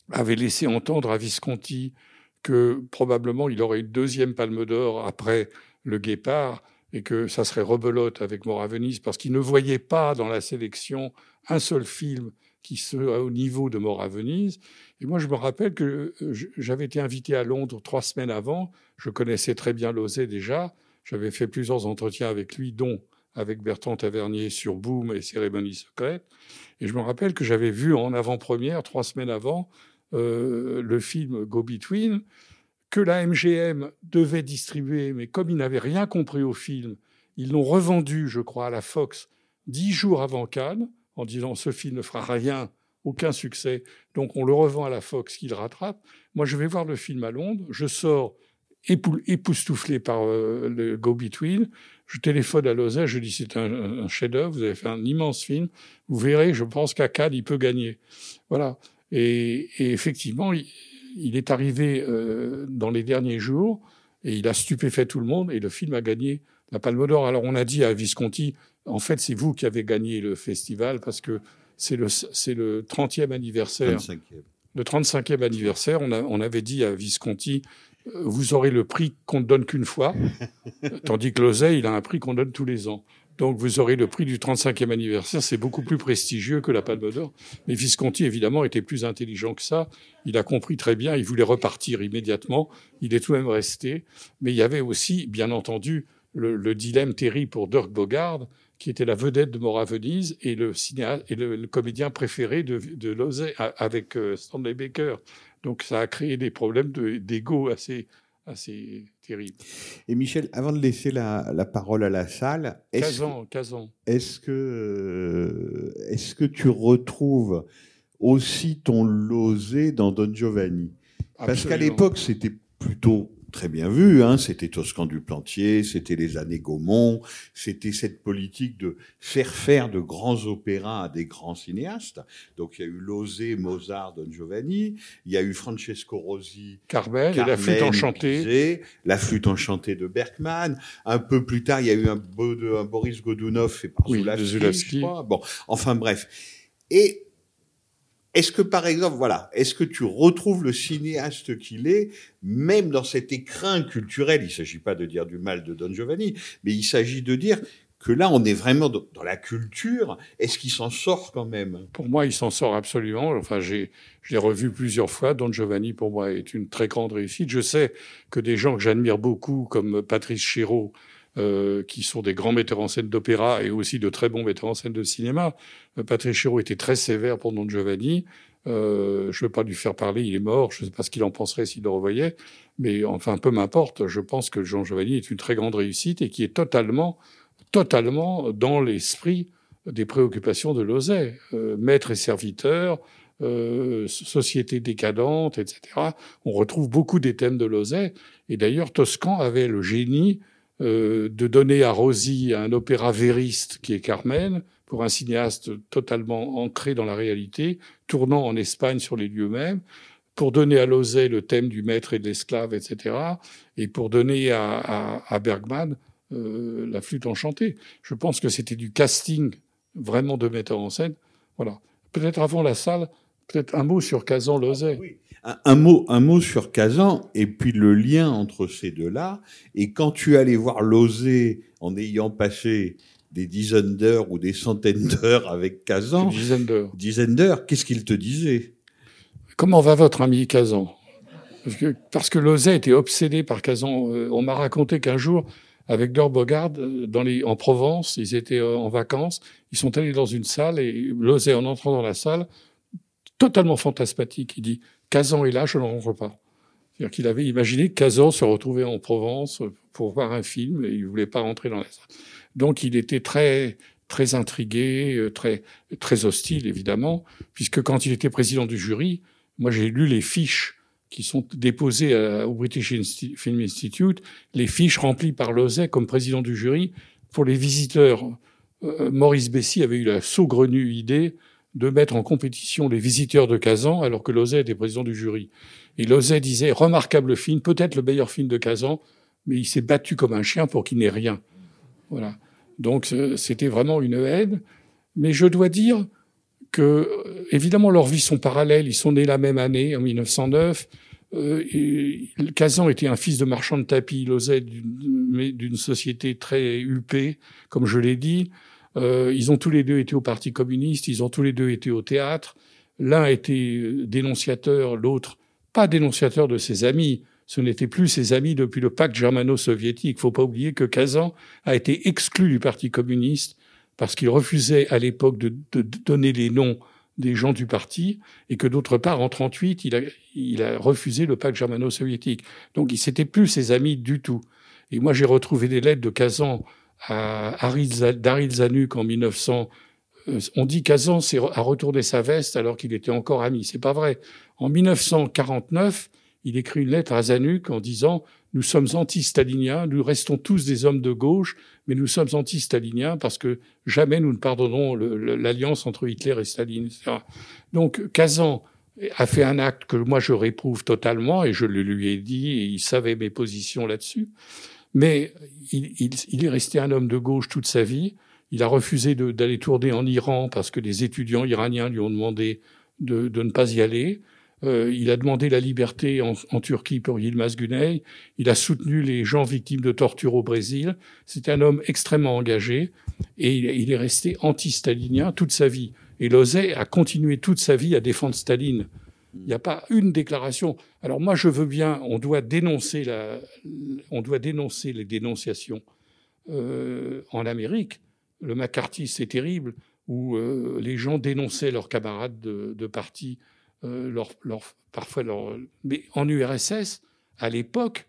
avait laissé entendre à Visconti que probablement il aurait une deuxième Palme d'Or après Le Guépard et que ça serait rebelote avec Mort à Venise parce qu'il ne voyait pas dans la sélection un seul film qui soit au niveau de Mort à Venise. Et moi, je me rappelle que j'avais été invité à Londres trois semaines avant. Je connaissais très bien Lauzet déjà. J'avais fait plusieurs entretiens avec lui, dont avec Bertrand Tavernier sur Boom et Cérémonie secrète. Et je me rappelle que j'avais vu en avant-première, trois semaines avant, euh, le film Go Between, que la M G M devait distribuer, mais comme ils n'avaient rien compris au film, ils l'ont revendu, je crois, à la Fox dix jours avant Cannes, en disant « ce film ne fera rien, aucun succès, donc on le revend à la Fox, qu'il rattrape ». Moi, je vais voir le film à Londres, je sors épou- époustouflé par euh, le Go Between, je téléphone à Lauzet, je dis « c'est un, un chef-d'œuvre, vous avez fait un immense film, vous verrez, je pense qu'à Cannes, il peut gagner ». Voilà. Et, et effectivement, il, il est arrivé euh, dans les derniers jours et il a stupéfait tout le monde et le film a gagné la Palme d'Or. Alors on a dit à Visconti, en fait c'est vous qui avez gagné le festival parce que c'est le, c'est le trentième anniversaire. trente-cinquième. Le trente-cinquième anniversaire, on, a, on avait dit à Visconti, euh, vous aurez le prix qu'on ne donne qu'une fois, tandis que Lauzet, il a un prix qu'on donne tous les ans. Donc, vous aurez le prix du trente-cinquième anniversaire. C'est beaucoup plus prestigieux que la Palme d'Or. Mais Visconti, évidemment, était plus intelligent que ça. Il a compris très bien. Il voulait repartir immédiatement. Il est tout de même resté. Mais il y avait aussi, bien entendu, le, le dilemme terrible pour Dirk Bogarde, qui était la vedette de Mort à Venise et le, cinéaste, et le, le comédien préféré de, de Lauzet avec Stanley Baker. Donc, ça a créé des problèmes de, d'ego assez... assez terrible. Et Michel, avant de laisser la, la parole à la salle, est-ce, Kazan, Kazan. est-ce que euh, est-ce que tu retrouves aussi ton Lauzet dans Don Giovanni? Parce Absolument. qu'à l'époque, c'était plutôt très bien vu, hein. C'était Toscan du Plantier, c'était les années Gaumont, c'était cette politique de faire faire de grands opéras à des grands cinéastes. Donc il y a eu Lauzet, Mozart, Don Giovanni, il y a eu Francesco Rosi, Carmen, Carmen et la flûte enchantée. Bizet, la flûte enchantée de Bergman. Un peu plus tard, il y a eu un, un Boris Godunov fait par Oui, Zulawski, de Zulawski. je crois. Bon, enfin bref. Et est-ce que, par exemple, voilà, est-ce que tu retrouves le cinéaste qu'il est, même dans cet écrin culturel? Il ne s'agit pas de dire du mal de Don Giovanni, mais il s'agit de dire que là, on est vraiment dans la culture. Est-ce qu'il s'en sort quand même? Pour moi, il s'en sort absolument. Enfin, j'ai, je l'ai revu plusieurs fois. Don Giovanni, pour moi, est une très grande réussite. Je sais que des gens que j'admire beaucoup, comme Patrice Chéreau, Euh, qui sont des grands metteurs en scène d'opéra et aussi de très bons metteurs en scène de cinéma. Euh, Patrice Chéreau était très sévère pour Don Giovanni. Euh, je ne veux pas lui faire parler, il est mort. Je ne sais pas ce qu'il en penserait s'il le revoyait. Mais enfin, peu m'importe. Je pense que Don Giovanni est une très grande réussite et qui est totalement, totalement dans l'esprit des préoccupations de Lauzet. Euh, maître et serviteur, euh, société décadente, et cetera. On retrouve beaucoup des thèmes de Lauzet. Et d'ailleurs, Toscan avait le génie Euh, de donner à Rossi un opéra vériste qui est Carmen, pour un cinéaste totalement ancré dans la réalité, tournant en Espagne sur les lieux mêmes, pour donner à Lauzet le thème du maître et de l'esclave, et cetera, et pour donner à, à, à Bergman euh, la flûte enchantée. Je pense que c'était du casting vraiment de metteur en scène. Voilà. Peut-être avant la salle, peut-être un mot sur Kazan-Lauzet. Oui. Un, un mot, un mot sur Kazan, et puis le lien entre ces deux-là. Et quand tu allais voir Lauzet en ayant passé des dizaines d'heures ou des centaines d'heures avec Kazan, Une dizaine d'heures. dizaines d'heures, qu'est-ce qu'il te disait? Comment va votre ami Kazan? Parce que, parce que Lauzet était obsédé par Kazan. Euh, on m'a raconté qu'un jour, avec Dirk Bogarde, dans les, en Provence, ils étaient euh, en vacances, ils sont allés dans une salle et Lauzet, en entrant dans la salle, totalement fantasmatique, il dit « Kazan est là, je ne rentre pas ». C'est-à-dire qu'il avait imaginé que Kazan se retrouvait en Provence pour voir un film et il ne voulait pas rentrer dans la salle. Donc il était très, très intrigué, très, très hostile, évidemment, puisque quand il était président du jury, moi j'ai lu les fiches qui sont déposées à, au British Insti- Film Institute, les fiches remplies par Lauzet comme président du jury pour les visiteurs. Euh, Maurice Bessy avait eu la saugrenue idée de mettre en compétition les visiteurs de Kazan, alors que Lauzet était président du jury. Et Lauzet disait, remarquable film, peut-être le meilleur film de Kazan, mais il s'est battu comme un chien pour qu'il n'ait rien. Voilà. Donc, c'était vraiment une haine. Mais je dois dire que, évidemment, leurs vies sont parallèles. Ils sont nés la même année, en mille neuf cent neuf. Euh, et Kazan était un fils de marchand de tapis. Il osait d'une, d'une société très huppée, comme je l'ai dit. Euh, ils ont tous les deux été au Parti communiste. Ils ont tous les deux été au théâtre. L'un était dénonciateur, l'autre pas dénonciateur de ses amis. Ce n'étaient plus ses amis depuis le pacte germano-soviétique. Il ne faut pas oublier que Kazan a été exclu du Parti communiste parce qu'il refusait à l'époque de, de, de donner les noms des gens du parti, et que d'autre part, en trente-huit, il a, il a refusé le pacte germano-soviétique. Donc, c'était plus ses amis du tout. Et moi, j'ai retrouvé des lettres de Kazan à Daryl Zanuck en mille neuf cents. On dit Kazan a retourné sa veste alors qu'il était encore ami. C'est pas vrai. En mille neuf cent quarante-neuf, il écrit une lettre à Zanuck en disant « Nous sommes anti-staliniens, nous restons tous des hommes de gauche, mais nous sommes anti-staliniens parce que jamais nous ne pardonnerons le, le, l'alliance entre Hitler et Staline, et cetera » Donc Kazan a fait un acte que moi je réprouve totalement, et je le lui ai dit, et il savait mes positions là-dessus. Mais il, il, il est resté un homme de gauche toute sa vie. Il a refusé de, d'aller tourner en Iran parce que les étudiants iraniens lui ont demandé de, de ne pas y aller. Euh, il a demandé la liberté en, en Turquie pour Yilmaz Güney. Il a soutenu les gens victimes de torture au Brésil. C'était un homme extrêmement engagé et il, il est resté anti-stalinien toute sa vie. Et Losey a continué toute sa vie à défendre Staline. Il n'y a pas une déclaration. Alors moi, je veux bien, on doit dénoncer la, on doit dénoncer les dénonciations euh, en Amérique. Le McCarthy, c'est terrible, où euh, les gens dénonçaient leurs camarades de, de parti. Euh, leur, leur, parfois leur... Mais en U R S S, à l'époque,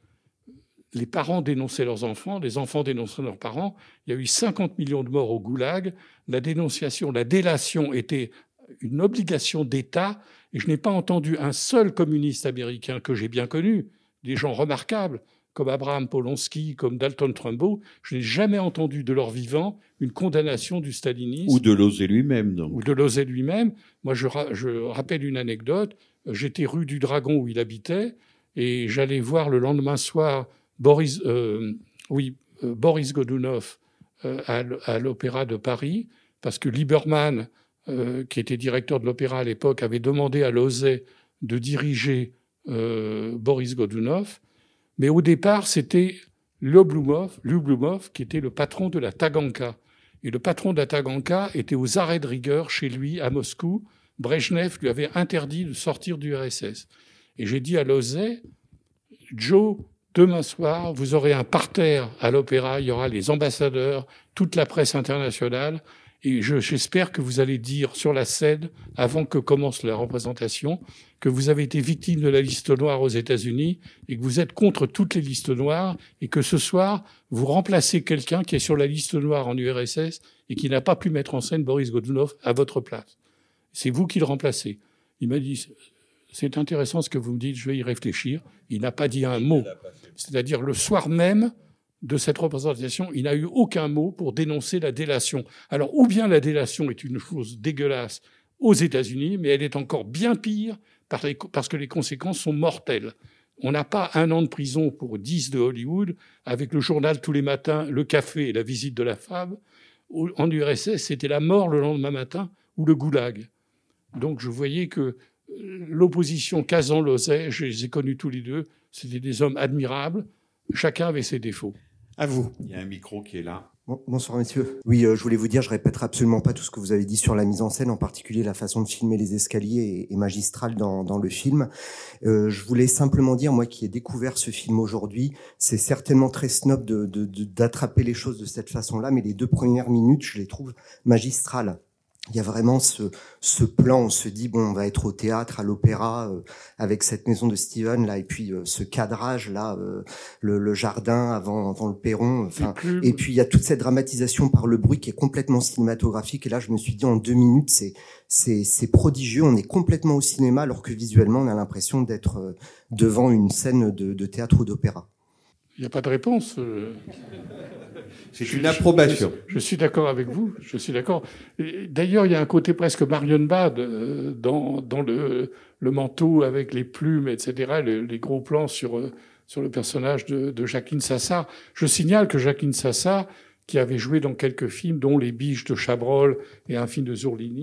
les parents dénonçaient leurs enfants, les enfants dénonçaient leurs parents. Il y a eu cinquante millions de morts au goulag. La dénonciation, la délation était une obligation d'État. Et je n'ai pas entendu un seul communiste américain que j'ai bien connu, des gens remarquables, comme Abraham Polonsky, comme Dalton Trumbo. Je n'ai jamais entendu de leur vivant une condamnation du stalinisme. Ou de Losey lui-même, donc. Ou de Losey lui-même. Moi, je, ra- je rappelle une anecdote. J'étais rue du Dragon où il habitait, et j'allais voir le lendemain soir Boris, euh, oui, euh, Boris Godunov euh, à, à l'Opéra de Paris, parce que Lieberman, euh, qui était directeur de l'Opéra à l'époque, avait demandé à Losey de diriger euh, Boris Godunov. Mais au départ, c'était Lyublumov, Lyublumov, qui était le patron de la Taganka. Et le patron de la Taganka était aux arrêts de rigueur chez lui, à Moscou. Brejnev lui avait interdit de sortir du R S S. Et j'ai dit à Losey, Joe, demain soir, vous aurez un parterre à l'Opéra, il y aura les ambassadeurs, toute la presse internationale, et je, j'espère que vous allez dire sur la scène, avant que commence la représentation, que vous avez été victime de la liste noire aux États-Unis et que vous êtes contre toutes les listes noires, et que ce soir, vous remplacez quelqu'un qui est sur la liste noire en U R S S et qui n'a pas pu mettre en scène Boris Godunov à votre place. C'est vous qui le remplacez. Il m'a dit, c'est intéressant ce que vous me dites, je vais y réfléchir. Il n'a pas dit un mot. C'est-à-dire, le soir même de cette représentation, il n'a eu aucun mot pour dénoncer la délation. Alors, ou bien la délation est une chose dégueulasse aux États-Unis, mais elle est encore bien pire parce que les conséquences sont mortelles. On n'a pas un an de prison pour dix de Hollywood, avec le journal tous les matins, le café et la visite de la femme. En U R S S, c'était la mort le lendemain matin ou le goulag. Donc, je voyais que l'opposition Kazan-Losey, je les ai connus tous les deux, c'était des hommes admirables. Chacun avait ses défauts. À vous. Il y a un micro qui est là. Bonsoir, messieurs. Oui, euh, je voulais vous dire, je répéterai absolument pas tout ce que vous avez dit sur la mise en scène, en particulier la façon de filmer les escaliers est, est magistrale dans, dans le film. Euh, je voulais simplement dire, moi qui ai découvert ce film aujourd'hui, c'est certainement très snob de, de, de, d'attraper les choses de cette façon-là, mais les deux premières minutes, je les trouve magistrales. Il y a vraiment ce, ce plan, on se dit, bon, on va être au théâtre, à l'opéra, euh, avec cette maison de Steven, là, et puis euh, ce cadrage, là, euh, le, le jardin avant, avant le perron, enfin, et, et puis il y a toute cette dramatisation par le bruit qui est complètement cinématographique, et là, je me suis dit, en deux minutes, c'est, c'est, c'est prodigieux, on est complètement au cinéma, alors que visuellement, on a l'impression d'être euh, devant une scène de, de théâtre ou d'opéra. Il n'y a pas de réponse. C'est une approbation. Je, je, je suis d'accord avec vous. Je suis d'accord. D'ailleurs, il y a un côté presque Marion Bad dans, dans le, le manteau avec les plumes, et cetera, les, les gros plans sur, sur le personnage de, de Jacqueline Sassard. Je signale que Jacqueline Sassard, qui avait joué dans quelques films, dont Les Biches de Chabrol et un film de Zurlini,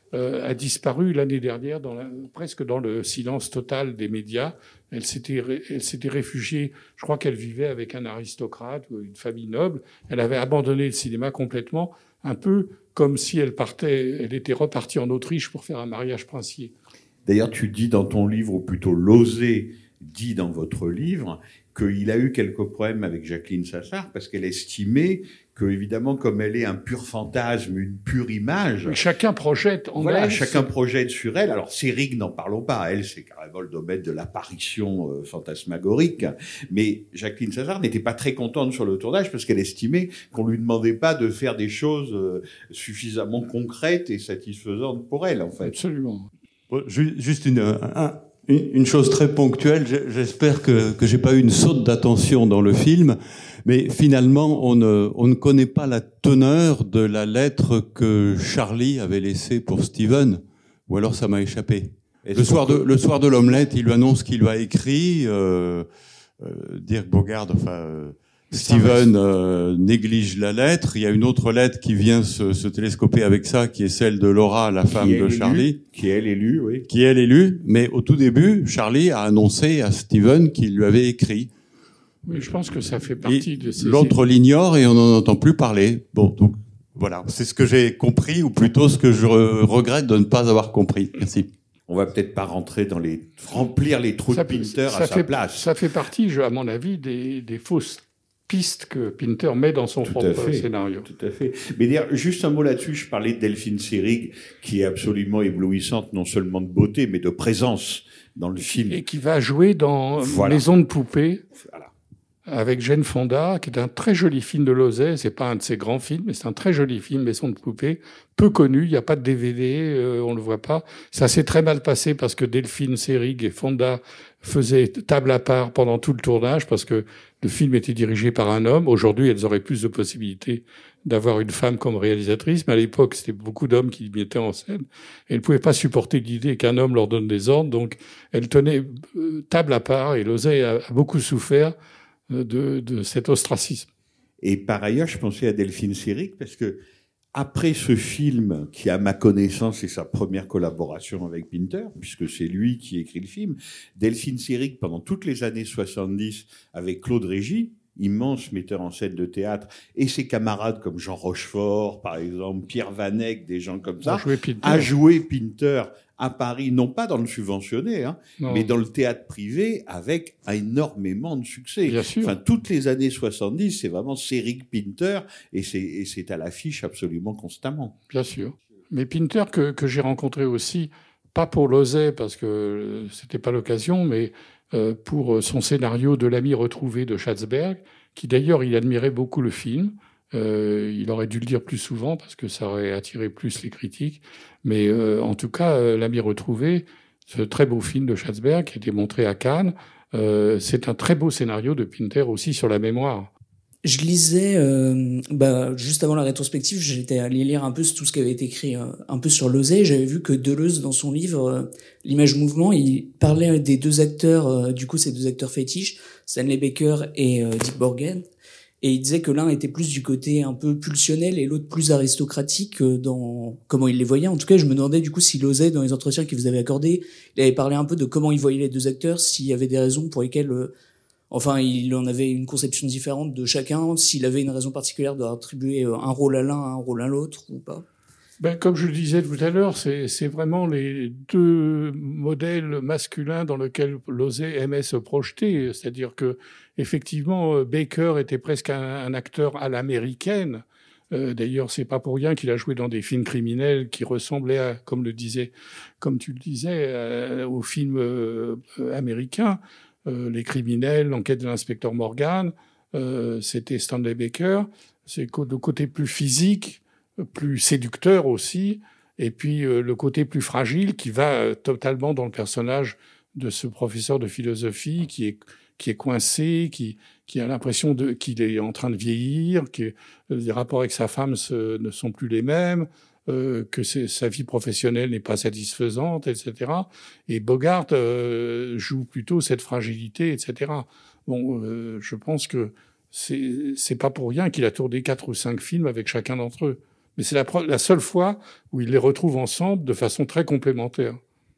euh, a disparu l'année dernière, dans la, presque dans le silence total des médias. Elle s'était, elle s'était réfugiée, je crois qu'elle vivait avec un aristocrate ou une famille noble. Elle avait abandonné le cinéma complètement, un peu comme si elle partait, elle était repartie en Autriche pour faire un mariage princier. D'ailleurs, tu dis dans ton livre, ou plutôt Losey dit dans votre livre, qu'il a eu quelques problèmes avec Jacqueline Sassard parce qu'elle estimait que, évidemment, comme elle est un pur fantasme, une pure image. Mais chacun projette en voilà, elle. chacun projette sur elle. Alors, Seyrig, n'en parlons pas. Elle, c'est carrément le domaine de l'apparition euh, fantasmagorique. Mais Jacqueline Sassard n'était pas très contente sur le tournage parce qu'elle estimait qu'on lui demandait pas de faire des choses euh, suffisamment concrètes et satisfaisantes pour elle, en fait. Absolument. Juste une, un, une chose très ponctuelle. J'espère que, que j'ai pas eu une saute d'attention dans le film. Mais finalement, on ne, on ne connaît pas la teneur de la lettre que Charlie avait laissée pour Steven, ou alors ça m'a échappé. Le soir, de, le soir de l'omelette, il lui annonce qu'il lui a écrit, euh, euh, Dirk Bogarde, enfin, euh, Steven euh, néglige la lettre. Il y a une autre lettre qui vient se, se télescoper avec ça, qui est celle de Laura, la femme de Charlie. Qui est l'élu, oui. Qui est l'élu, mais au tout début, Charlie a annoncé à Steven qu'il lui avait écrit. Oui, je pense que ça fait partie et de ces... L'autre l'ignore et on n'en entend plus parler. Bon, donc voilà, c'est ce que j'ai compris, ou plutôt ce que je regrette de ne pas avoir compris. Merci. On va peut-être pas rentrer dans les... remplir les trous ça, de Pinter ça à fait, sa place. Ça fait partie, je, à mon avis, des, des fausses pistes que Pinter met dans son Tout propre scénario. Tout à fait. Mais d'ailleurs, juste un mot là-dessus, je parlais de Delphine Seyrig, qui est absolument éblouissante, non seulement de beauté, mais de présence dans le film. Et qui va jouer dans voilà. Maison de poupée. Voilà. Avec Jane Fonda, qui est un très joli film de Losey. C'est pas un de ses grands films, mais c'est un très joli film, Maison de poupée, peu connu. Il n'y a pas de D V D, euh, on le voit pas. Ça s'est très mal passé parce que Delphine Seyrig et Fonda faisaient table à part pendant tout le tournage parce que le film était dirigé par un homme. Aujourd'hui, elles auraient plus de possibilités d'avoir une femme comme réalisatrice, mais à l'époque, c'était beaucoup d'hommes qui mettaient en scène. Et elles ne pouvaient pas supporter l'idée qu'un homme leur donne des ordres, donc elles tenaient euh, table à part, et Losey a, a beaucoup souffert De, de cet ostracisme. Et par ailleurs, je pensais à Delphine Seyrig parce que après ce film, qui à ma connaissance est sa première collaboration avec Pinter, puisque c'est lui qui écrit le film, Delphine Seyrig, pendant toutes les années soixante-dix, avec Claude Régis, immense metteur en scène de théâtre, et ses camarades comme Jean Rochefort, par exemple, Pierre Van Eyck, des gens comme ça, a joué Pinter à Paris, non pas dans le subventionné, hein, mais dans le théâtre privé, avec énormément de succès. Bien sûr. Enfin, toutes les années soixante-dix, c'est vraiment Seyrig-Pinter, et c'est, et c'est à l'affiche absolument constamment. Bien sûr. Mais Pinter, que, que j'ai rencontré aussi, pas pour Losey, parce que c'était pas l'occasion, mais euh, pour son scénario de l'ami retrouvé de Schatzberg, qui d'ailleurs, il admirait beaucoup le film. Euh, il aurait dû le dire plus souvent parce que ça aurait attiré plus les critiques. Mais euh, en tout cas, euh, L'ami retrouvé, ce très beau film de Schatzberg qui a été montré à Cannes, euh, c'est un très beau scénario de Pinter aussi sur la mémoire. Je lisais, euh, bah, juste avant la rétrospective, j'étais allé lire un peu tout ce qui avait été écrit euh, un peu sur Losey. J'avais vu que Deleuze, dans son livre euh, L'image mouvement, il parlait des deux acteurs, euh, du coup ces deux acteurs fétiches, Stanley Baker et euh, Dick Borgen. Et il disait que l'un était plus du côté un peu pulsionnel et l'autre plus aristocratique dans comment il les voyait. En tout cas, je me demandais du coup si Losey, dans les entretiens qu'il vous avait accordés, il avait parlé un peu de comment il voyait les deux acteurs, s'il y avait des raisons pour lesquelles, euh, enfin, il en avait une conception différente de chacun, s'il avait une raison particulière d'attribuer un rôle à l'un, un rôle à l'autre ou pas. Ben, comme je le disais tout à l'heure, c'est, c'est vraiment les deux modèles masculins dans lesquels Losey aimait se projeter. C'est-à-dire que, effectivement, Baker était presque un, un acteur à l'américaine. Euh, d'ailleurs, c'est pas pour rien qu'il a joué dans des films criminels qui ressemblaient à, comme le disait, comme tu le disais, euh, aux films euh, américains. Euh, les criminels, l'enquête de l'inspecteur Morgan, euh, c'était Stanley Baker. C'est le côté plus physique, plus séducteur aussi, et puis euh, le côté plus fragile qui va euh, totalement dans le personnage de ce professeur de philosophie qui est qui est coincé, qui qui a l'impression de qu'il est en train de vieillir, que les rapports avec sa femme se, ne sont plus les mêmes, euh, que c'est, sa vie professionnelle n'est pas satisfaisante, et cetera. Et Bogart euh, joue plutôt cette fragilité, et cetera. Bon, euh, je pense que c'est c'est pas pour rien qu'il a tourné quatre ou cinq films avec chacun d'entre eux. Mais c'est la, la seule fois où il les retrouve ensemble de façon très complémentaire.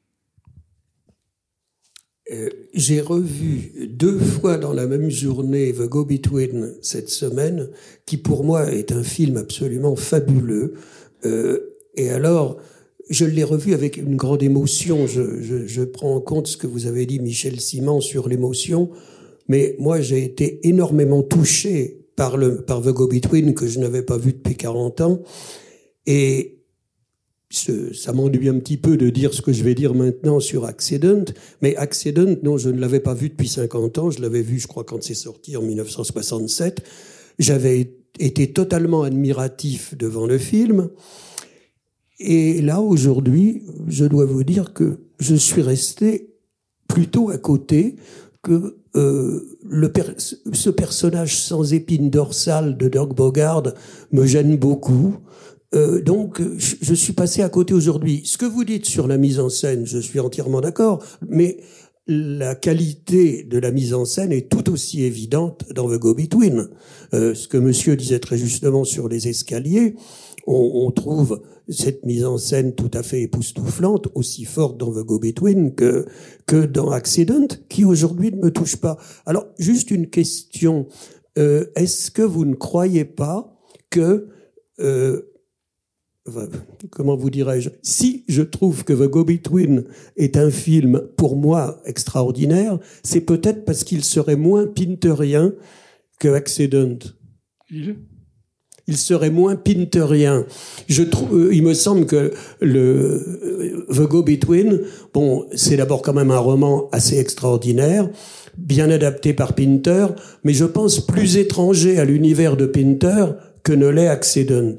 Euh, j'ai revu deux fois dans la même journée The Go-Between cette semaine, qui pour moi est un film absolument fabuleux. Euh, et alors, je l'ai revu avec une grande émotion. Je, je, je prends en compte ce que vous avez dit, Michel Simon, sur l'émotion. Mais moi, j'ai été énormément touché par, le, par The Go-Between, que je n'avais pas vu depuis quarante ans. Et ce, ça m'ennuie un petit peu de dire ce que je vais dire maintenant sur Accident. Mais Accident, non, je ne l'avais pas vu depuis cinquante ans. Je l'avais vu, je crois, quand c'est sorti en mille neuf cent soixante-sept. J'avais été totalement admiratif devant le film. Et là, aujourd'hui, je dois vous dire que je suis resté plutôt à côté, que euh, le per- ce personnage sans épine dorsale de Dirk Bogarde me gêne beaucoup. Euh, donc, je, je suis passé à côté aujourd'hui. Ce que vous dites sur la mise en scène, je suis entièrement d'accord, mais la qualité de la mise en scène est tout aussi évidente dans The Go-Between. Euh, ce que monsieur disait très justement sur les escaliers, on, on trouve cette mise en scène tout à fait époustouflante, aussi forte dans The Go-Between que, que dans Accident, qui aujourd'hui ne me touche pas. Alors, juste une question. Euh, est-ce que vous ne croyez pas que, euh, comment vous dirais-je, si je trouve que The Go-Between est un film, pour moi, extraordinaire, c'est peut-être parce qu'il serait moins pinterien que Accident. Il Il serait moins pinterien. Je trouve, euh, il me semble que le The Go-Between, bon, c'est d'abord quand même un roman assez extraordinaire, bien adapté par Pinter, mais je pense plus étranger à l'univers de Pinter que ne l'est Accident.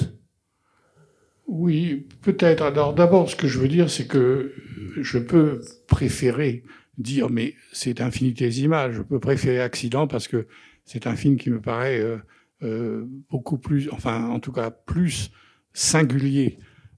Oui, peut-être. Alors d'abord, ce que je veux dire, c'est que je peux préférer dire, mais c'est infinitésimal, je peux préférer Accident parce que c'est un film qui me paraît euh, euh, beaucoup plus, enfin en tout cas plus singulier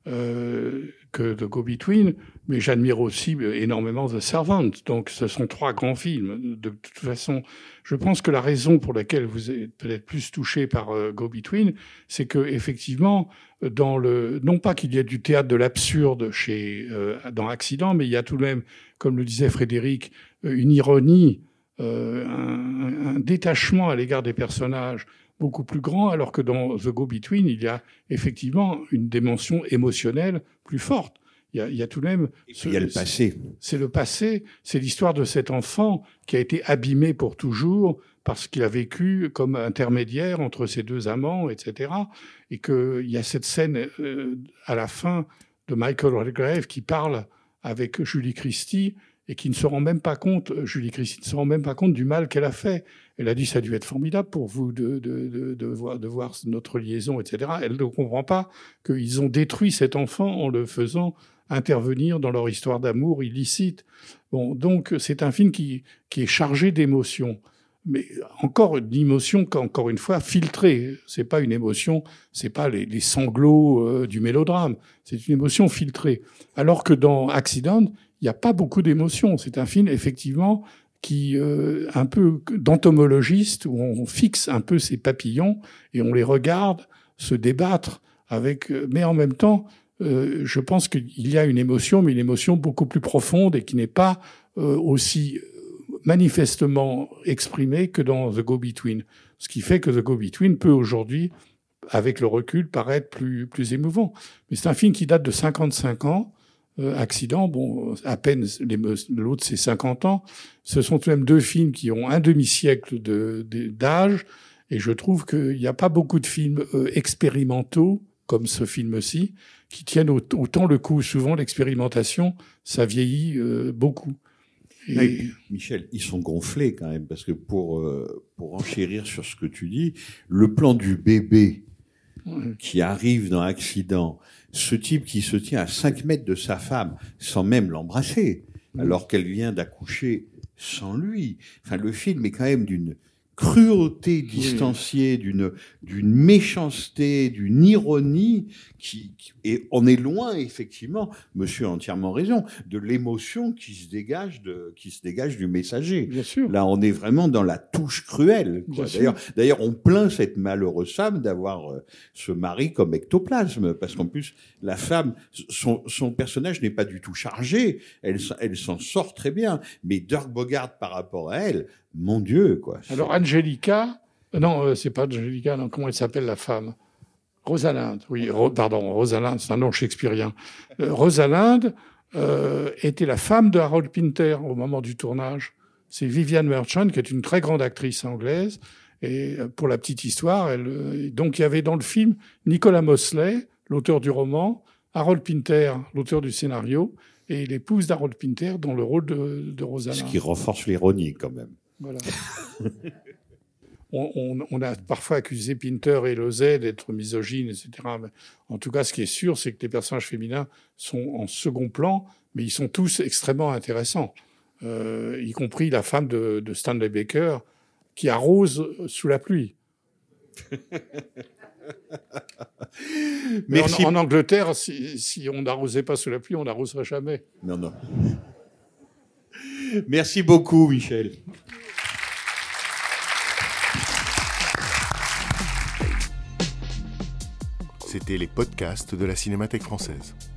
euh, que The Go-Between, mais j'admire aussi énormément The Servant. Donc ce sont trois grands films. De toute façon, je pense que la raison pour laquelle vous êtes peut-être plus touché par euh, Go-Between, c'est que effectivement, dans le, non pas qu'il y ait du théâtre de l'absurde chez euh, dans Accident, mais il y a tout de même, comme le disait Frédéric, une ironie, euh, un, un détachement à l'égard des personnages beaucoup plus grand, alors que dans The Go-Between, il y a effectivement une dimension émotionnelle plus forte. Il y a, il y a tout de même... Et puis il y a le passé. C'est le passé, c'est l'histoire de cet enfant qui a été abîmé pour toujours parce qu'il a vécu comme intermédiaire entre ses deux amants, et cetera. Et qu'il y a cette scène euh, à la fin de Michael Redgrave qui parle avec Julie Christie et qui ne se rend même pas compte, Julie Christie ne se rend même pas compte du mal qu'elle a fait. Elle a dit, ça a dû être formidable pour vous de, de, de, de, voir, de voir notre liaison, et cetera. Elle ne comprend pas qu'ils ont détruit cet enfant en le faisant intervenir dans leur histoire d'amour illicite. Bon, donc c'est un film qui, qui est chargé d'émotions, mais encore une émotion, encore une fois, filtrée. C'est pas une émotion, c'est pas les, les sanglots euh, du mélodrame, c'est une émotion filtrée. Alors que dans Accident, il n'y a pas beaucoup d'émotions. C'est un film, effectivement, qui, euh, un peu d'entomologiste, où on fixe un peu ses papillons et on les regarde se débattre avec, mais en même temps, euh, je pense qu'il y a une émotion, mais une émotion beaucoup plus profonde et qui n'est pas euh, aussi manifestement exprimée que dans The Go-Between. Ce qui fait que The Go-Between peut aujourd'hui, avec le recul, paraître plus, plus émouvant. Mais c'est un film qui date de cinquante-cinq ans. Euh, Accident, bon, à peine, les, l'autre c'est cinquante ans. Ce sont tout de même deux films qui ont un demi-siècle de, de, d'âge, et je trouve qu'il n'y a pas beaucoup de films euh, expérimentaux, comme ce film-ci, qui tiennent autant le coup. Souvent, l'expérimentation, ça vieillit euh, beaucoup. Et... Oui, Michel, ils sont gonflés quand même, parce que pour, euh, pour enchérir sur ce que tu dis, le plan du bébé ouais. qui arrive dans Accident, ce type qui se tient à cinq mètres de sa femme sans même l'embrasser, oui. alors qu'elle vient d'accoucher sans lui. Enfin, le film est quand même d'une cruauté distanciée, d'une d'une méchanceté, d'une ironie qui, qui et on est loin effectivement, monsieur a entièrement raison, de l'émotion qui se dégage de qui se dégage du messager. Bien sûr. Là, on est vraiment dans la touche cruelle, quoi. Bien D'ailleurs, sûr. d'ailleurs, on plaint cette malheureuse femme d'avoir euh, ce mari comme ectoplasme, parce qu'en plus, la femme, son son personnage n'est pas du tout chargé, elle elle s'en sort très bien, mais Dirk Bogarde par rapport à elle, mon Dieu, quoi. Alors, Angelica, non, euh, c'est pas Angelica, non, comment elle s'appelle, la femme? Rosalinde, oui, Ro, pardon, Rosalinde, c'est un nom shakespearien. Euh, Rosalinde euh, était la femme de Harold Pinter au moment du tournage. C'est Vivian Merchant, qui est une très grande actrice anglaise. Et euh, pour la petite histoire, elle, euh, donc il y avait dans le film Nicolas Mosley, l'auteur du roman, Harold Pinter, l'auteur du scénario, et l'épouse d'Harold Pinter dans le rôle de, de Rosalinde. Ce qui renforce l'ironie, quand même. Voilà. on, on, on a parfois accusé Pinter et Lauzet d'être misogynes, et cetera. Mais en tout cas, ce qui est sûr, c'est que les personnages féminins sont en second plan, mais ils sont tous extrêmement intéressants, euh, y compris la femme de, de Stanley Baker, qui arrose sous la pluie. Mais en, en Angleterre, si, si on n'arrosait pas sous la pluie, on n'arroserait jamais. Non, non. Merci beaucoup, Michel. C'était les podcasts de la Cinémathèque française.